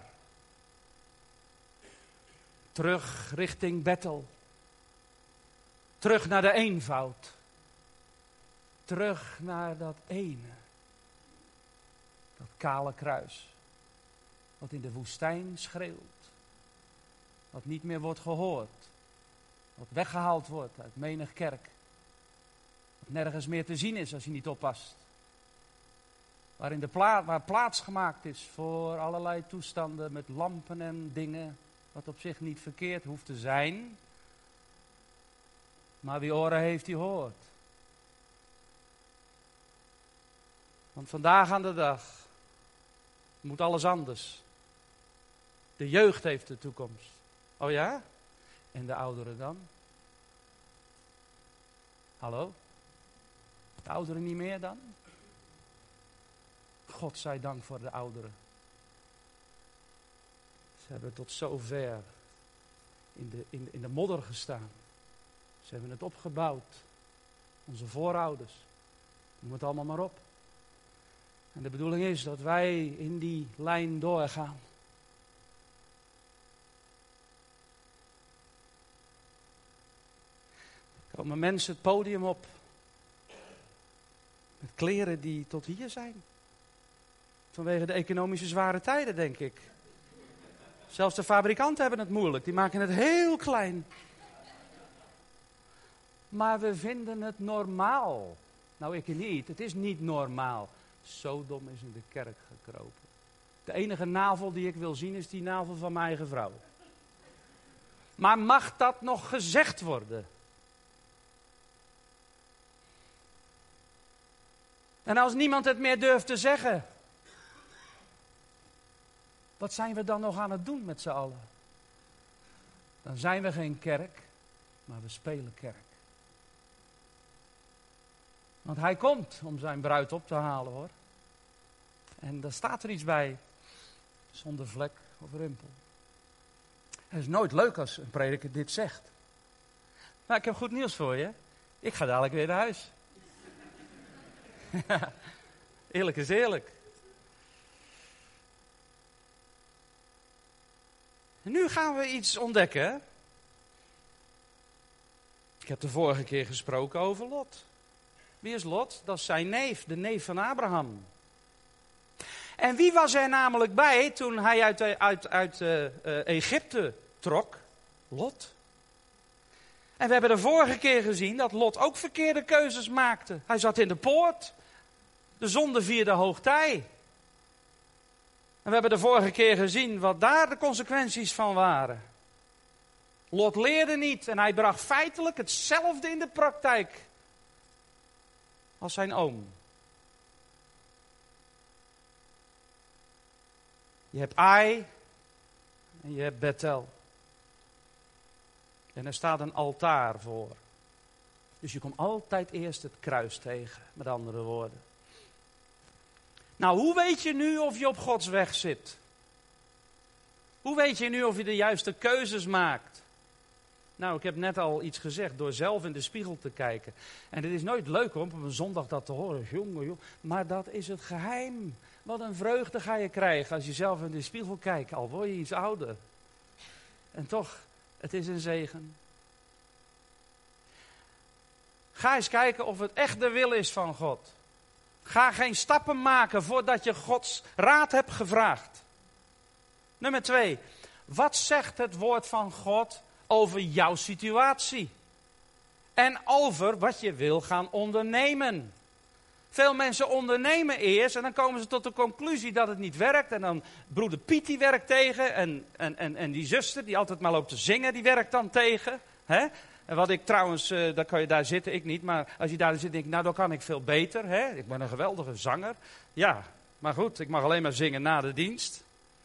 Terug richting Bethel. Terug naar de eenvoud. Terug naar dat ene. Dat kale kruis. Wat in de woestijn schreeuwt. Wat niet meer wordt gehoord. Wat weggehaald wordt uit menig kerk. Wat nergens meer te zien is als je niet oppast. Waar plaats gemaakt is voor allerlei toestanden met lampen en dingen. Wat op zich niet verkeerd hoeft te zijn. Maar wie oren heeft, die hoort. Want vandaag aan de dag moet alles anders. De jeugd heeft de toekomst. Oh ja? En de ouderen dan? Hallo? De ouderen niet meer dan? God zij dank voor de ouderen. Ze hebben tot zover in de modder gestaan. Ze hebben het opgebouwd. Onze voorouders. Noem het allemaal maar op. En de bedoeling is dat wij in die lijn doorgaan. Er komen mensen het podium op. Met kleren die tot hier zijn. Vanwege de economische zware tijden, denk ik. Zelfs de fabrikanten hebben het moeilijk. Die maken het heel klein. Maar we vinden het normaal. Nou, ik niet. Het is niet normaal. Sodom is in de kerk gekropen. De enige navel die ik wil zien is die navel van mijn eigen vrouw. Maar mag dat nog gezegd worden? En als niemand het meer durft te zeggen, wat zijn we dan nog aan het doen met z'n allen? Dan zijn we geen kerk, maar we spelen kerk. Want hij komt om zijn bruid op te halen, hoor. En daar staat er iets bij. Zonder vlek of rimpel. Het is nooit leuk als een prediker dit zegt. Maar ik heb goed nieuws voor je. Ik ga dadelijk weer naar huis. Eerlijk is eerlijk. En nu gaan we iets ontdekken. Ik heb de vorige keer gesproken over Lot. Wie is Lot? Dat is zijn neef, de neef van Abraham. En wie was er namelijk bij toen hij uit Egypte trok? Lot. En we hebben de vorige keer gezien dat Lot ook verkeerde keuzes maakte. Hij zat in de poort. De zonde vierde hoogtij. En we hebben de vorige keer gezien wat daar de consequenties van waren. Lot leerde niet en hij bracht feitelijk hetzelfde in de praktijk als zijn oom. Je hebt Ai en je hebt Bethel. En er staat een altaar voor. Dus je komt altijd eerst het kruis tegen, met andere woorden. Nou, hoe weet je nu of je op Gods weg zit? Hoe weet je nu of je de juiste keuzes maakt? Nou, ik heb net al iets gezegd, door zelf in de spiegel te kijken. En het is nooit leuk om op een zondag dat te horen. Jongen. Maar dat is het geheim. Wat een vreugde ga je krijgen als je zelf in de spiegel kijkt. Al word je iets ouder. En toch, het is een zegen. Ga eens kijken of het echt de wil is van God. Ga geen stappen maken voordat je Gods raad hebt gevraagd. Nummer 2. Wat zegt het woord van God over jouw situatie? En over wat je wil gaan ondernemen. Veel mensen ondernemen eerst en dan komen ze tot de conclusie dat het niet werkt. En dan broeder Piet die werkt tegen en die zuster die altijd maar loopt te zingen, die werkt dan tegen. Hè? En wat ik trouwens, dan kan je daar zitten, ik niet. Maar als je daar zit, denk ik, nou dan kan ik veel beter. Hè? Ik ben een geweldige zanger. Ja, maar goed, ik mag alleen maar zingen na de dienst.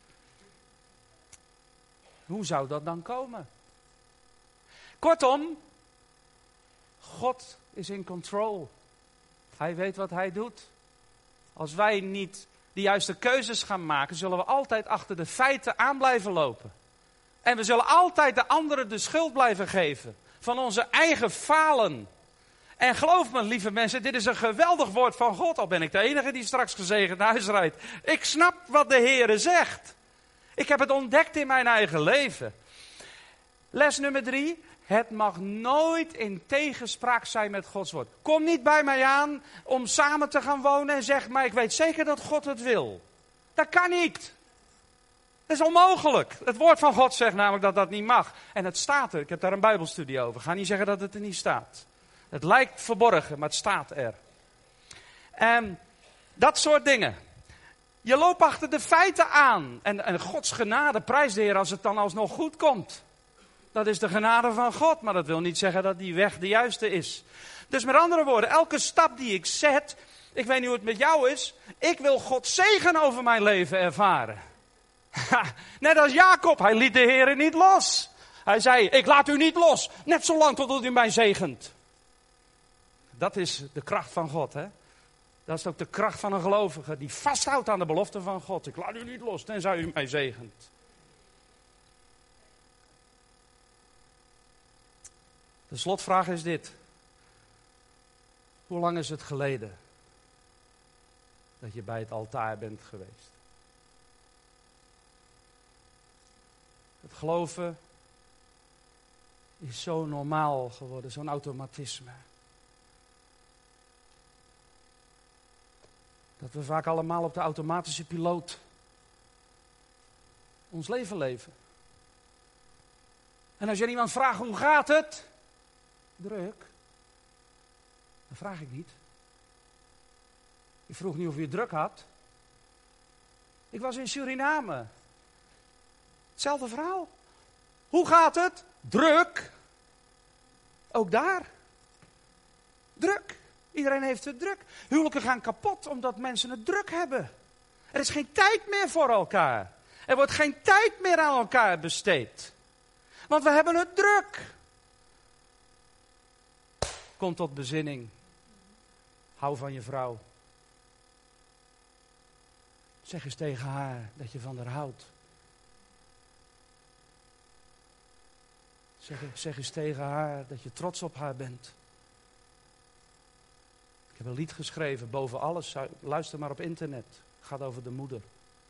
Hoe zou dat dan komen? Kortom, God is in control. Hij weet wat hij doet. Als wij niet de juiste keuzes gaan maken, zullen we altijd achter de feiten aan blijven lopen. En we zullen altijd de anderen de schuld blijven geven van onze eigen falen. En geloof me, lieve mensen, dit is een geweldig woord van God. Al ben ik de enige die straks gezegend naar huis rijdt. Ik snap wat de Heere zegt. Ik heb het ontdekt in mijn eigen leven. Les nummer 3. Het mag nooit in tegenspraak zijn met Gods woord. Kom niet bij mij aan om samen te gaan wonen en zeg maar, ik weet zeker dat God het wil. Dat kan niet. Dat is onmogelijk. Het woord van God zegt namelijk dat dat niet mag. En het staat er. Ik heb daar een Bijbelstudie over. Ga niet zeggen dat het er niet staat. Het lijkt verborgen, maar het staat er. En dat soort dingen. Je loopt achter de feiten aan. En Gods genade, prijs de Heer als het dan alsnog goed komt. Dat is de genade van God, maar dat wil niet zeggen dat die weg de juiste is. Dus met andere woorden, elke stap die ik zet, ik weet niet hoe het met jou is, ik wil Gods zegen over mijn leven ervaren. Net als Jacob, hij liet de Heer niet los. Hij zei, ik laat u niet los, net zolang totdat u mij zegent. Dat is de kracht van God, hè. Dat is ook de kracht van een gelovige die vasthoudt aan de belofte van God. Ik laat u niet los, tenzij u mij zegent. De slotvraag is dit. Hoe lang is het geleden dat je bij het altaar bent geweest? Het geloven is zo normaal geworden, zo'n automatisme. Dat we vaak allemaal op de automatische piloot ons leven leven. En als je iemand vraagt, hoe gaat het? Druk. Dat vraag ik niet. Ik vroeg niet of je druk had. Ik was in Suriname. Hetzelfde verhaal. Hoe gaat het? Druk. Ook daar. Druk. Iedereen heeft het druk. Huwelijken gaan kapot omdat mensen het druk hebben. Er is geen tijd meer voor elkaar. Er wordt geen tijd meer aan elkaar besteed. Want we hebben het druk. Kom tot bezinning. Hou van je vrouw. Zeg eens tegen haar dat je van haar houdt. Zeg eens tegen haar dat je trots op haar bent. Ik heb een lied geschreven, boven alles. Luister maar op internet. Het gaat over de moeder.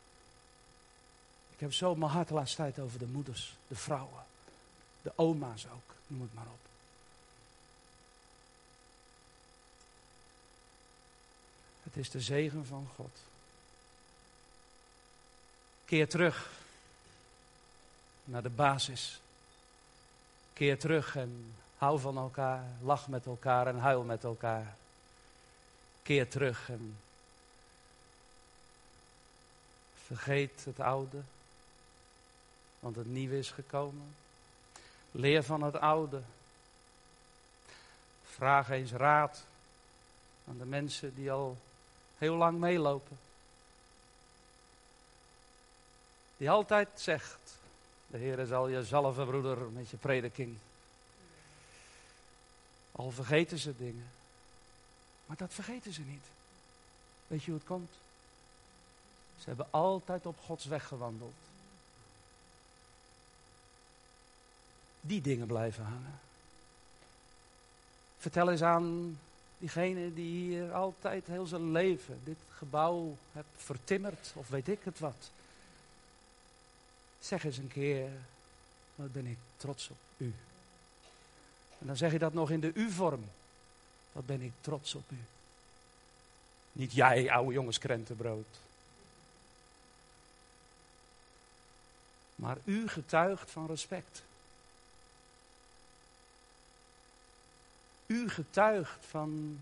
Ik heb zo mijn hart de laatste tijd over de moeders, de vrouwen. De oma's ook, noem het maar op. Het is de zegen van God. Keer terug naar de basis. Keer terug en hou van elkaar, lach met elkaar en huil met elkaar. Keer terug en vergeet het oude, want het nieuwe is gekomen. Leer van het oude. Vraag eens raad aan de mensen die al heel lang meelopen. Die altijd zegt, de Heer zal je zalven, broeder, met je prediking. Al vergeten ze dingen. Maar dat vergeten ze niet. Weet je hoe het komt? Ze hebben altijd op Gods weg gewandeld. Die dingen blijven hangen. Vertel eens aan diegene die hier altijd heel zijn leven dit gebouw heeft vertimmerd, of weet ik het wat. Zeg eens een keer, wat ben ik trots op u. En dan zeg je dat nog in de u-vorm. Wat ben ik trots op u. Niet jij, oude jongens krentenbrood. Maar u getuigt van respect. U getuigt van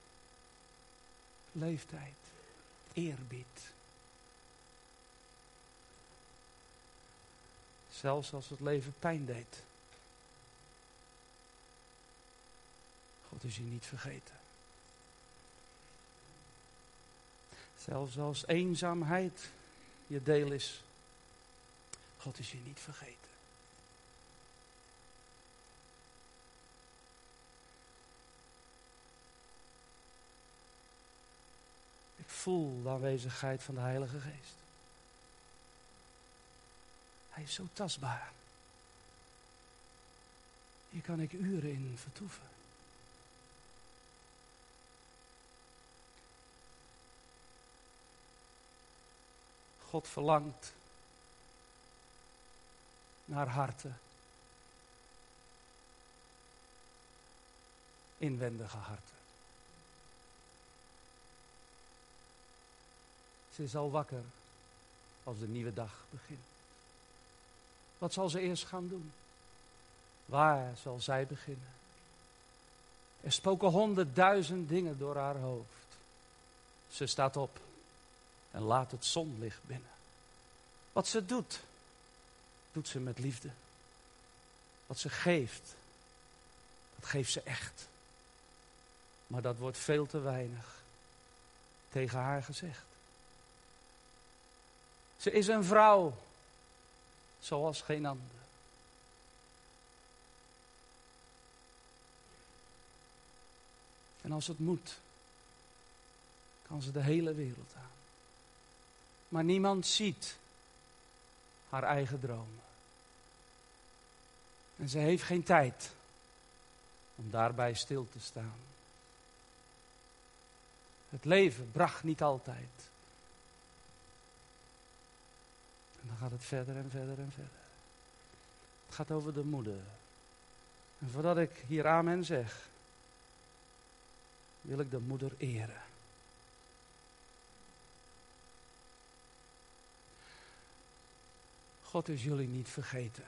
leeftijd, eerbied. Zelfs als het leven pijn deed. God is je niet vergeten. Zelfs als eenzaamheid je deel is. God is je niet vergeten. Ik voel de aanwezigheid van de Heilige Geest. Hij is zo tastbaar. Hier kan ik uren in vertoeven. God verlangt naar harten. Inwendige harten. Ze is al wakker als de nieuwe dag begint. Wat zal ze eerst gaan doen? Waar zal zij beginnen? Er spoken 100.000 dingen door haar hoofd. Ze staat op en laat het zonlicht binnen. Wat ze doet, doet ze met liefde. Wat ze geeft, dat geeft ze echt. Maar dat wordt veel te weinig tegen haar gezegd. Ze is een vrouw zoals geen ander. En als het moet, kan ze de hele wereld aan. Maar niemand ziet haar eigen dromen. En ze heeft geen tijd om daarbij stil te staan. Het leven bracht niet altijd. En dan gaat het verder en verder en verder. Het gaat over de moeder. En voordat ik hier amen zeg, wil ik de moeder eren. God is jullie niet vergeten.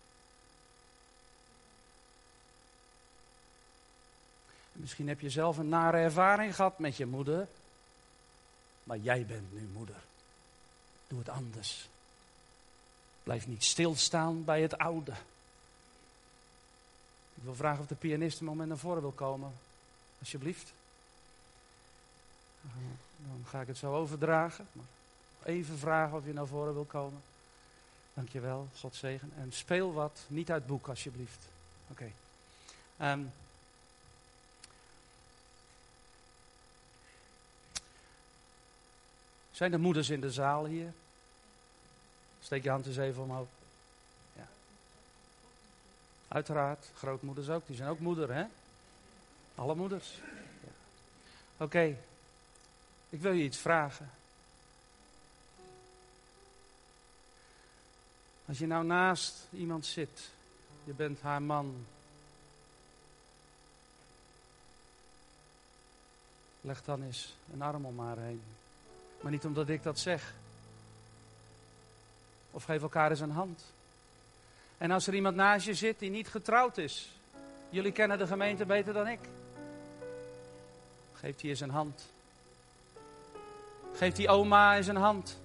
En misschien heb je zelf een nare ervaring gehad met je moeder. Maar jij bent nu moeder. Doe het anders. Blijf niet stilstaan bij het oude. Ik wil vragen of de pianist een moment naar voren wil komen. Alsjeblieft. Dan ga ik het zo overdragen. Maar even vragen of je naar voren wil komen. Dankjewel, God zegen. En speel wat, niet uit het boek alsjeblieft. Oké. Zijn er moeders in de zaal hier? Steek je hand eens even omhoog. Ja. Uiteraard, grootmoeders ook. Die zijn ook moeder, hè? Alle moeders. Ja. Oké. Ik wil je iets vragen. Als je nou naast iemand zit, je bent haar man. Leg dan eens een arm om haar heen. Maar niet omdat ik dat zeg. Of geef elkaar eens een hand. En als er iemand naast je zit die niet getrouwd is. Jullie kennen de gemeente beter dan ik. Geef die eens een hand. Geef die oma eens een hand.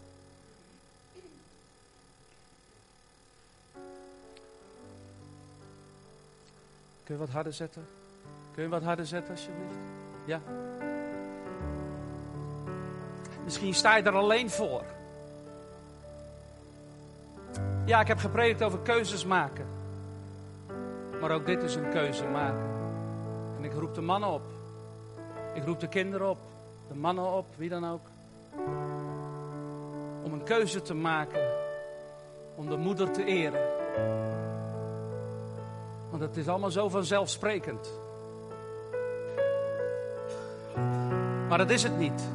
Kun je wat harder zetten? Kun je wat harder zetten alsjeblieft? Ja. Misschien sta je er alleen voor. Ja, ik heb gepredikt over keuzes maken. Maar ook dit is een keuze maken. En ik roep de mannen op. Ik roep de kinderen op. De mannen op, wie dan ook. Om een keuze te maken. Om de moeder te eren. Want het is allemaal zo vanzelfsprekend. Maar dat is het niet.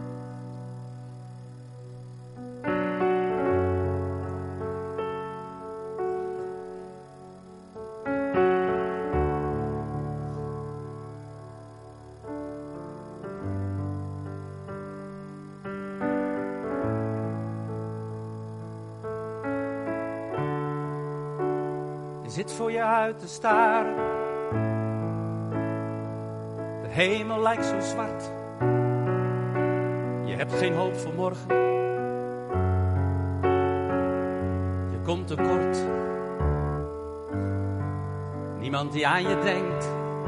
Zit voor je uit te staren. De hemel lijkt zo zwart. Je hebt geen hoop voor morgen. Je komt tekort. Niemand die aan je denkt.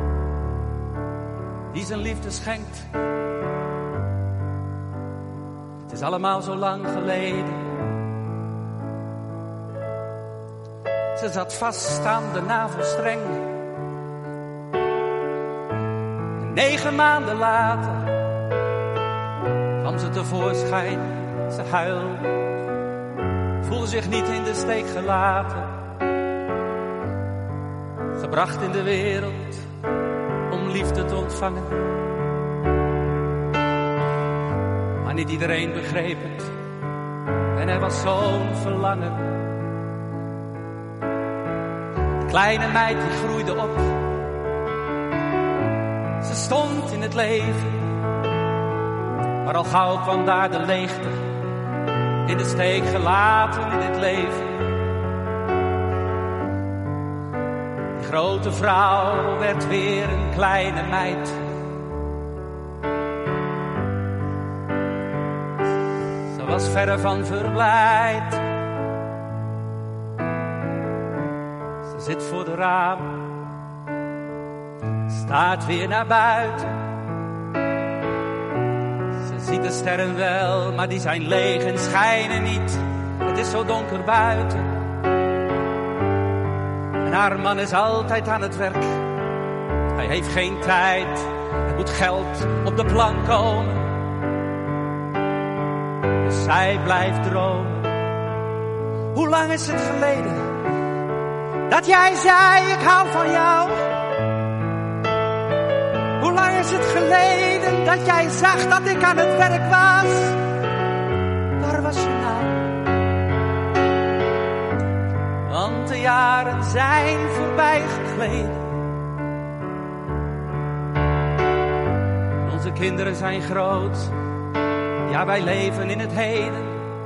Die zijn liefde schenkt. Het is allemaal zo lang geleden. Ze zat vast aan de navelstreng. En 9 maanden later kwam ze tevoorschijn, ze huilde. Voelde zich niet in de steek gelaten. Gebracht in de wereld om liefde te ontvangen. Maar niet iedereen begreep het. En er was zo'n verlangen. De kleine meid die groeide op. Ze stond in het leven. Maar al gauw kwam daar de leegte. In de steek gelaten in dit leven. Die grote vrouw werd weer een kleine meid. Ze was verre van verblijd. Ze zit voor de raam. Staat weer naar buiten. Ziet de sterren wel, maar die zijn leeg en schijnen niet. Het is zo donker buiten. En haar man is altijd aan het werk. Hij heeft geen tijd. Er moet geld op de plank komen. Dus zij blijft dromen. Hoe lang is het geleden dat jij zei ik hou van jou? Hoe lang is het geleden dat jij zag dat ik aan het werk was? Waar was je nou? Want de jaren zijn voorbij gegleden. Onze kinderen zijn groot. Ja, wij leven in het heden.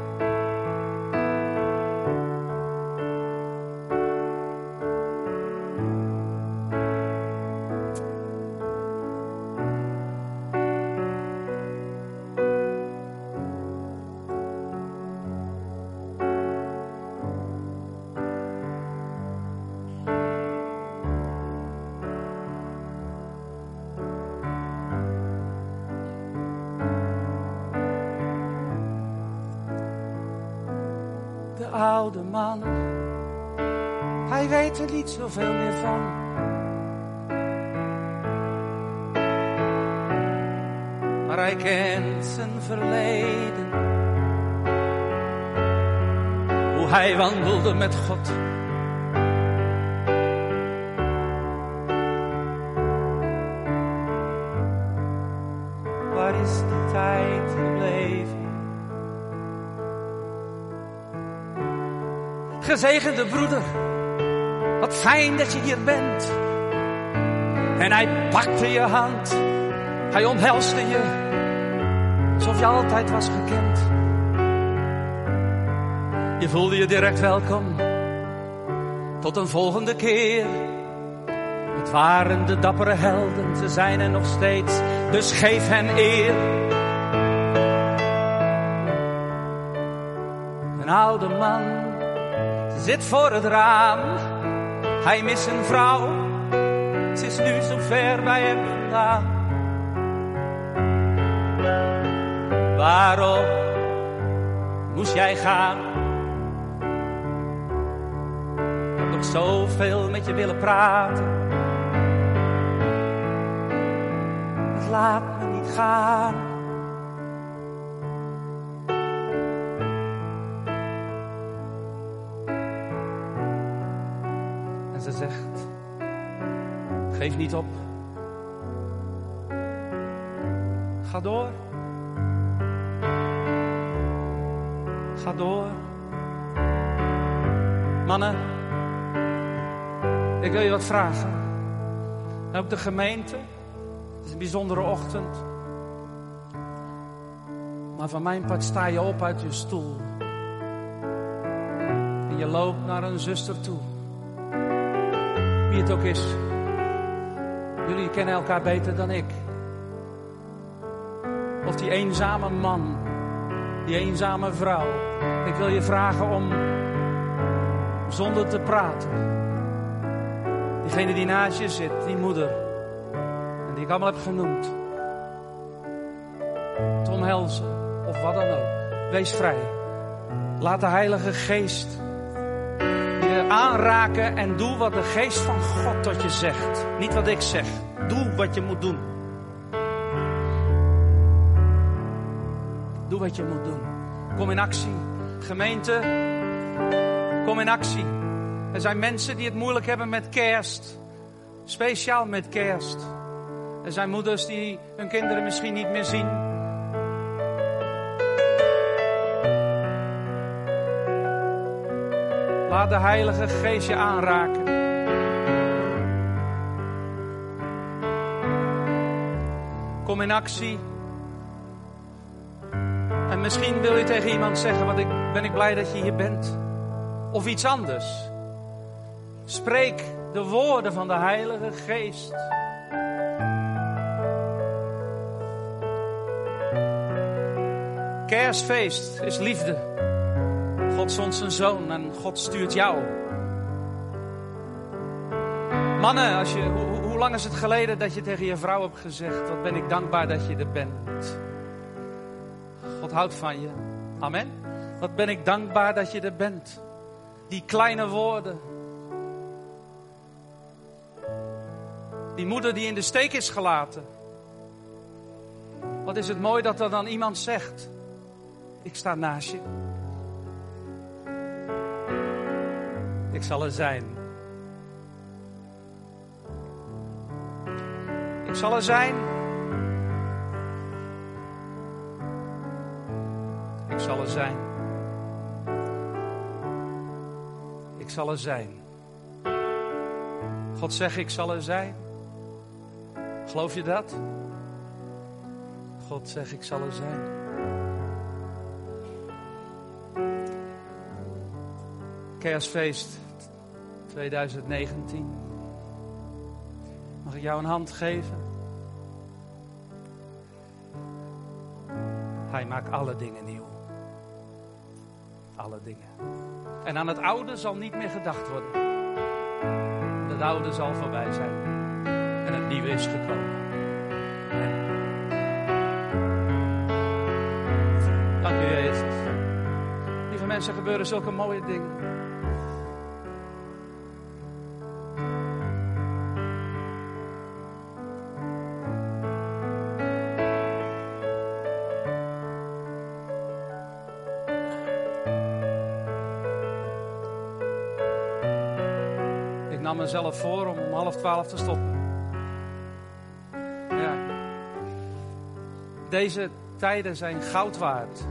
De oude man, hij weet er niet zoveel meer van. Maar hij kent zijn verleden. Hoe hij wandelde met God. Waar is de tijd gebleven? Gezegende broeder, wat fijn dat je hier bent. En hij pakte je hand, hij omhelste je, alsof je altijd was gekend. Je voelde je direct welkom, tot een volgende keer. Het waren de dappere helden, ze zijn er nog steeds, dus geef hen eer. Een oude man zit voor het raam, hij mist zijn vrouw, ze is nu zo ver bij hem vandaan. Waarom moest jij gaan? Ik heb nog zoveel met je willen praten. Het laat me niet gaan. Ze zegt, geef niet op. Ga door. Ga door. Mannen, ik wil je wat vragen. En ook de gemeente. Het is een bijzondere ochtend. Maar van mijn part sta je op uit je stoel. En je loopt naar een zuster toe. Wie het ook is. Jullie kennen elkaar beter dan ik. Of die eenzame man. Die eenzame vrouw. Ik wil je vragen om zonder te praten. Diegene die naast je zit. Die moeder. En die ik allemaal heb genoemd. Te omhelzen. Of wat dan ook. Wees vrij. Laat de Heilige Geest je aanraken en doe wat de Geest van God tot je zegt. Niet wat ik zeg. Doe wat je moet doen. Doe wat je moet doen. Kom in actie. Gemeente, kom in actie. Er zijn mensen die het moeilijk hebben met kerst. Speciaal met kerst. Er zijn moeders die hun kinderen misschien niet meer zien. Laat de Heilige Geest je aanraken. Kom in actie. En misschien wil je tegen iemand zeggen, ben ik blij dat je hier bent. Of iets anders. Spreek de woorden van de Heilige Geest. Kerstfeest is liefde. God zond zijn zoon en God stuurt jou. Mannen, hoe lang is het geleden dat je tegen je vrouw hebt gezegd, wat ben ik dankbaar dat je er bent. God houdt van je. Amen. Wat ben ik dankbaar dat je er bent. Die kleine woorden. Die moeder die in de steek is gelaten. Wat is het mooi dat er dan iemand zegt, ik sta naast je. Ik zal er zijn. Ik zal er zijn. Ik zal er zijn. Ik zal er zijn. God zegt, ik zal er zijn. Geloof je dat? God zegt, ik zal er zijn. Kerstfeest 2019. Mag ik jou een hand geven? Hij maakt alle dingen nieuw. Alle dingen. En aan het oude zal niet meer gedacht worden. Het oude zal voorbij zijn. En het nieuwe is gekomen. Amen. Dank u, Jezus. Lieve mensen, er gebeuren zulke mooie dingen. Ik nam mezelf voor om 11:30 te stoppen. Ja. Deze tijden zijn goud waard.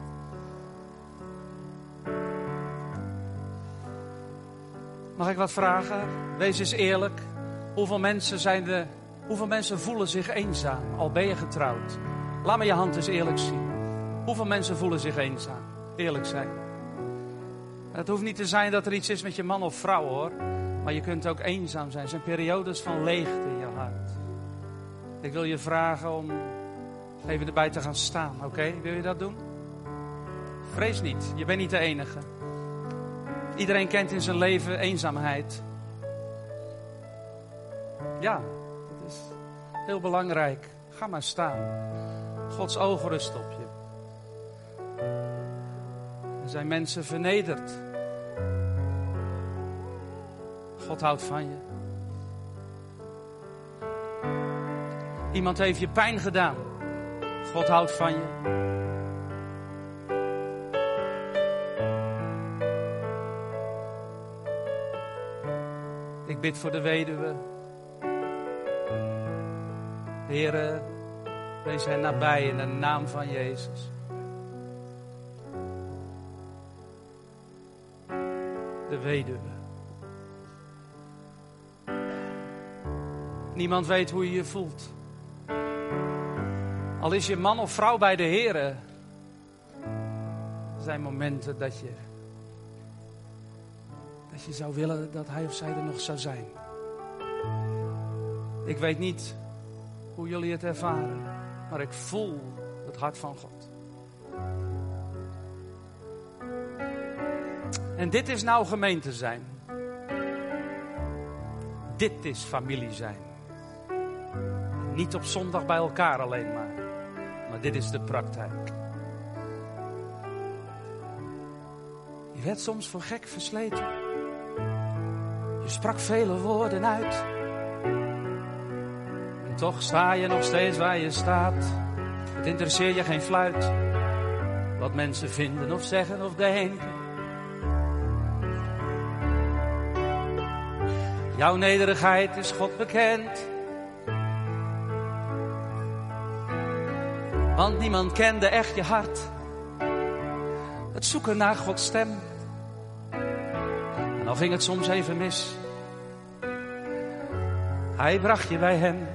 Mag ik wat vragen? Wees eens eerlijk. Hoeveel mensen voelen zich eenzaam? Al ben je getrouwd. Laat me je hand eens eerlijk zien. Hoeveel mensen voelen zich eenzaam? Eerlijk zijn. Het hoeft niet te zijn dat er iets is met je man of vrouw, hoor. Maar je kunt ook eenzaam zijn. Er zijn periodes van leegte in je hart. Ik wil je vragen om even erbij te gaan staan. Oké? Wil je dat doen? Vrees niet. Je bent niet de enige. Iedereen kent in zijn leven eenzaamheid. Ja, dat is heel belangrijk. Ga maar staan. Gods ogen rust op je. Er zijn mensen vernederd. God houdt van je. Iemand heeft je pijn gedaan. God houdt van je. Ik bid voor de weduwe. Heere, wees hen nabij in de naam van Jezus. De weduwe. Niemand weet hoe je je voelt. Al is je man of vrouw bij de Heere. Er zijn momenten dat je zou willen dat hij of zij er nog zou zijn. Ik weet niet hoe jullie het ervaren, maar ik voel het hart van God. En dit is nou gemeente zijn. Dit is familie zijn. Niet op zondag bij elkaar alleen maar dit is de praktijk. Je werd soms voor gek versleten. Je sprak vele woorden uit. En toch sta je nog steeds waar je staat. Het interesseert je geen fluit. wat mensen vinden of zeggen of denken. Jouw nederigheid is God bekend. Want niemand kende echt je hart. Het zoeken naar Gods stem. En dan ging het soms even mis. Hij bracht je bij hem.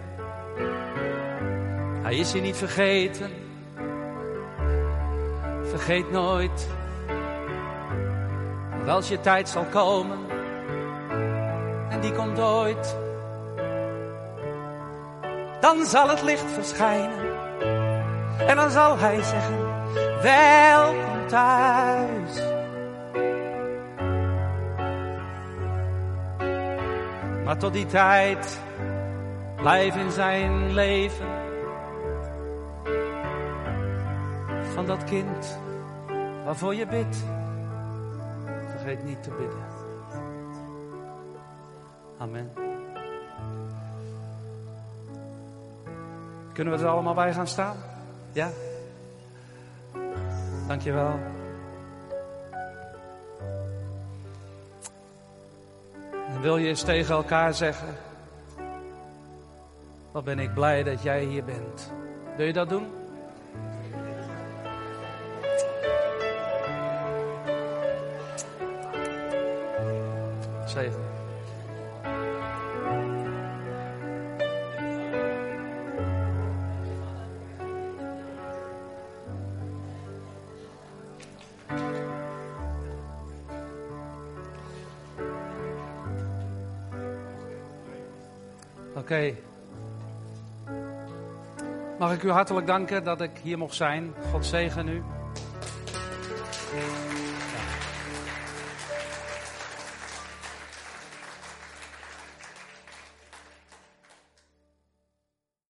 Hij is je niet vergeten. Vergeet nooit. Dat als je tijd zal komen. En die komt ooit. Dan zal het licht verschijnen. En dan zal hij zeggen. Welkom thuis. Maar tot die tijd. Blijf in zijn leven. Van dat kind waarvoor je bidt. Vergeet niet te bidden. Amen. Kunnen we er allemaal bij gaan staan? Ja? Dankjewel. En wil je eens tegen elkaar zeggen. Wat ben ik blij dat jij hier bent. Wil je dat doen? Zegen. Oké. Mag ik u hartelijk danken dat ik hier mocht zijn. God zegen u.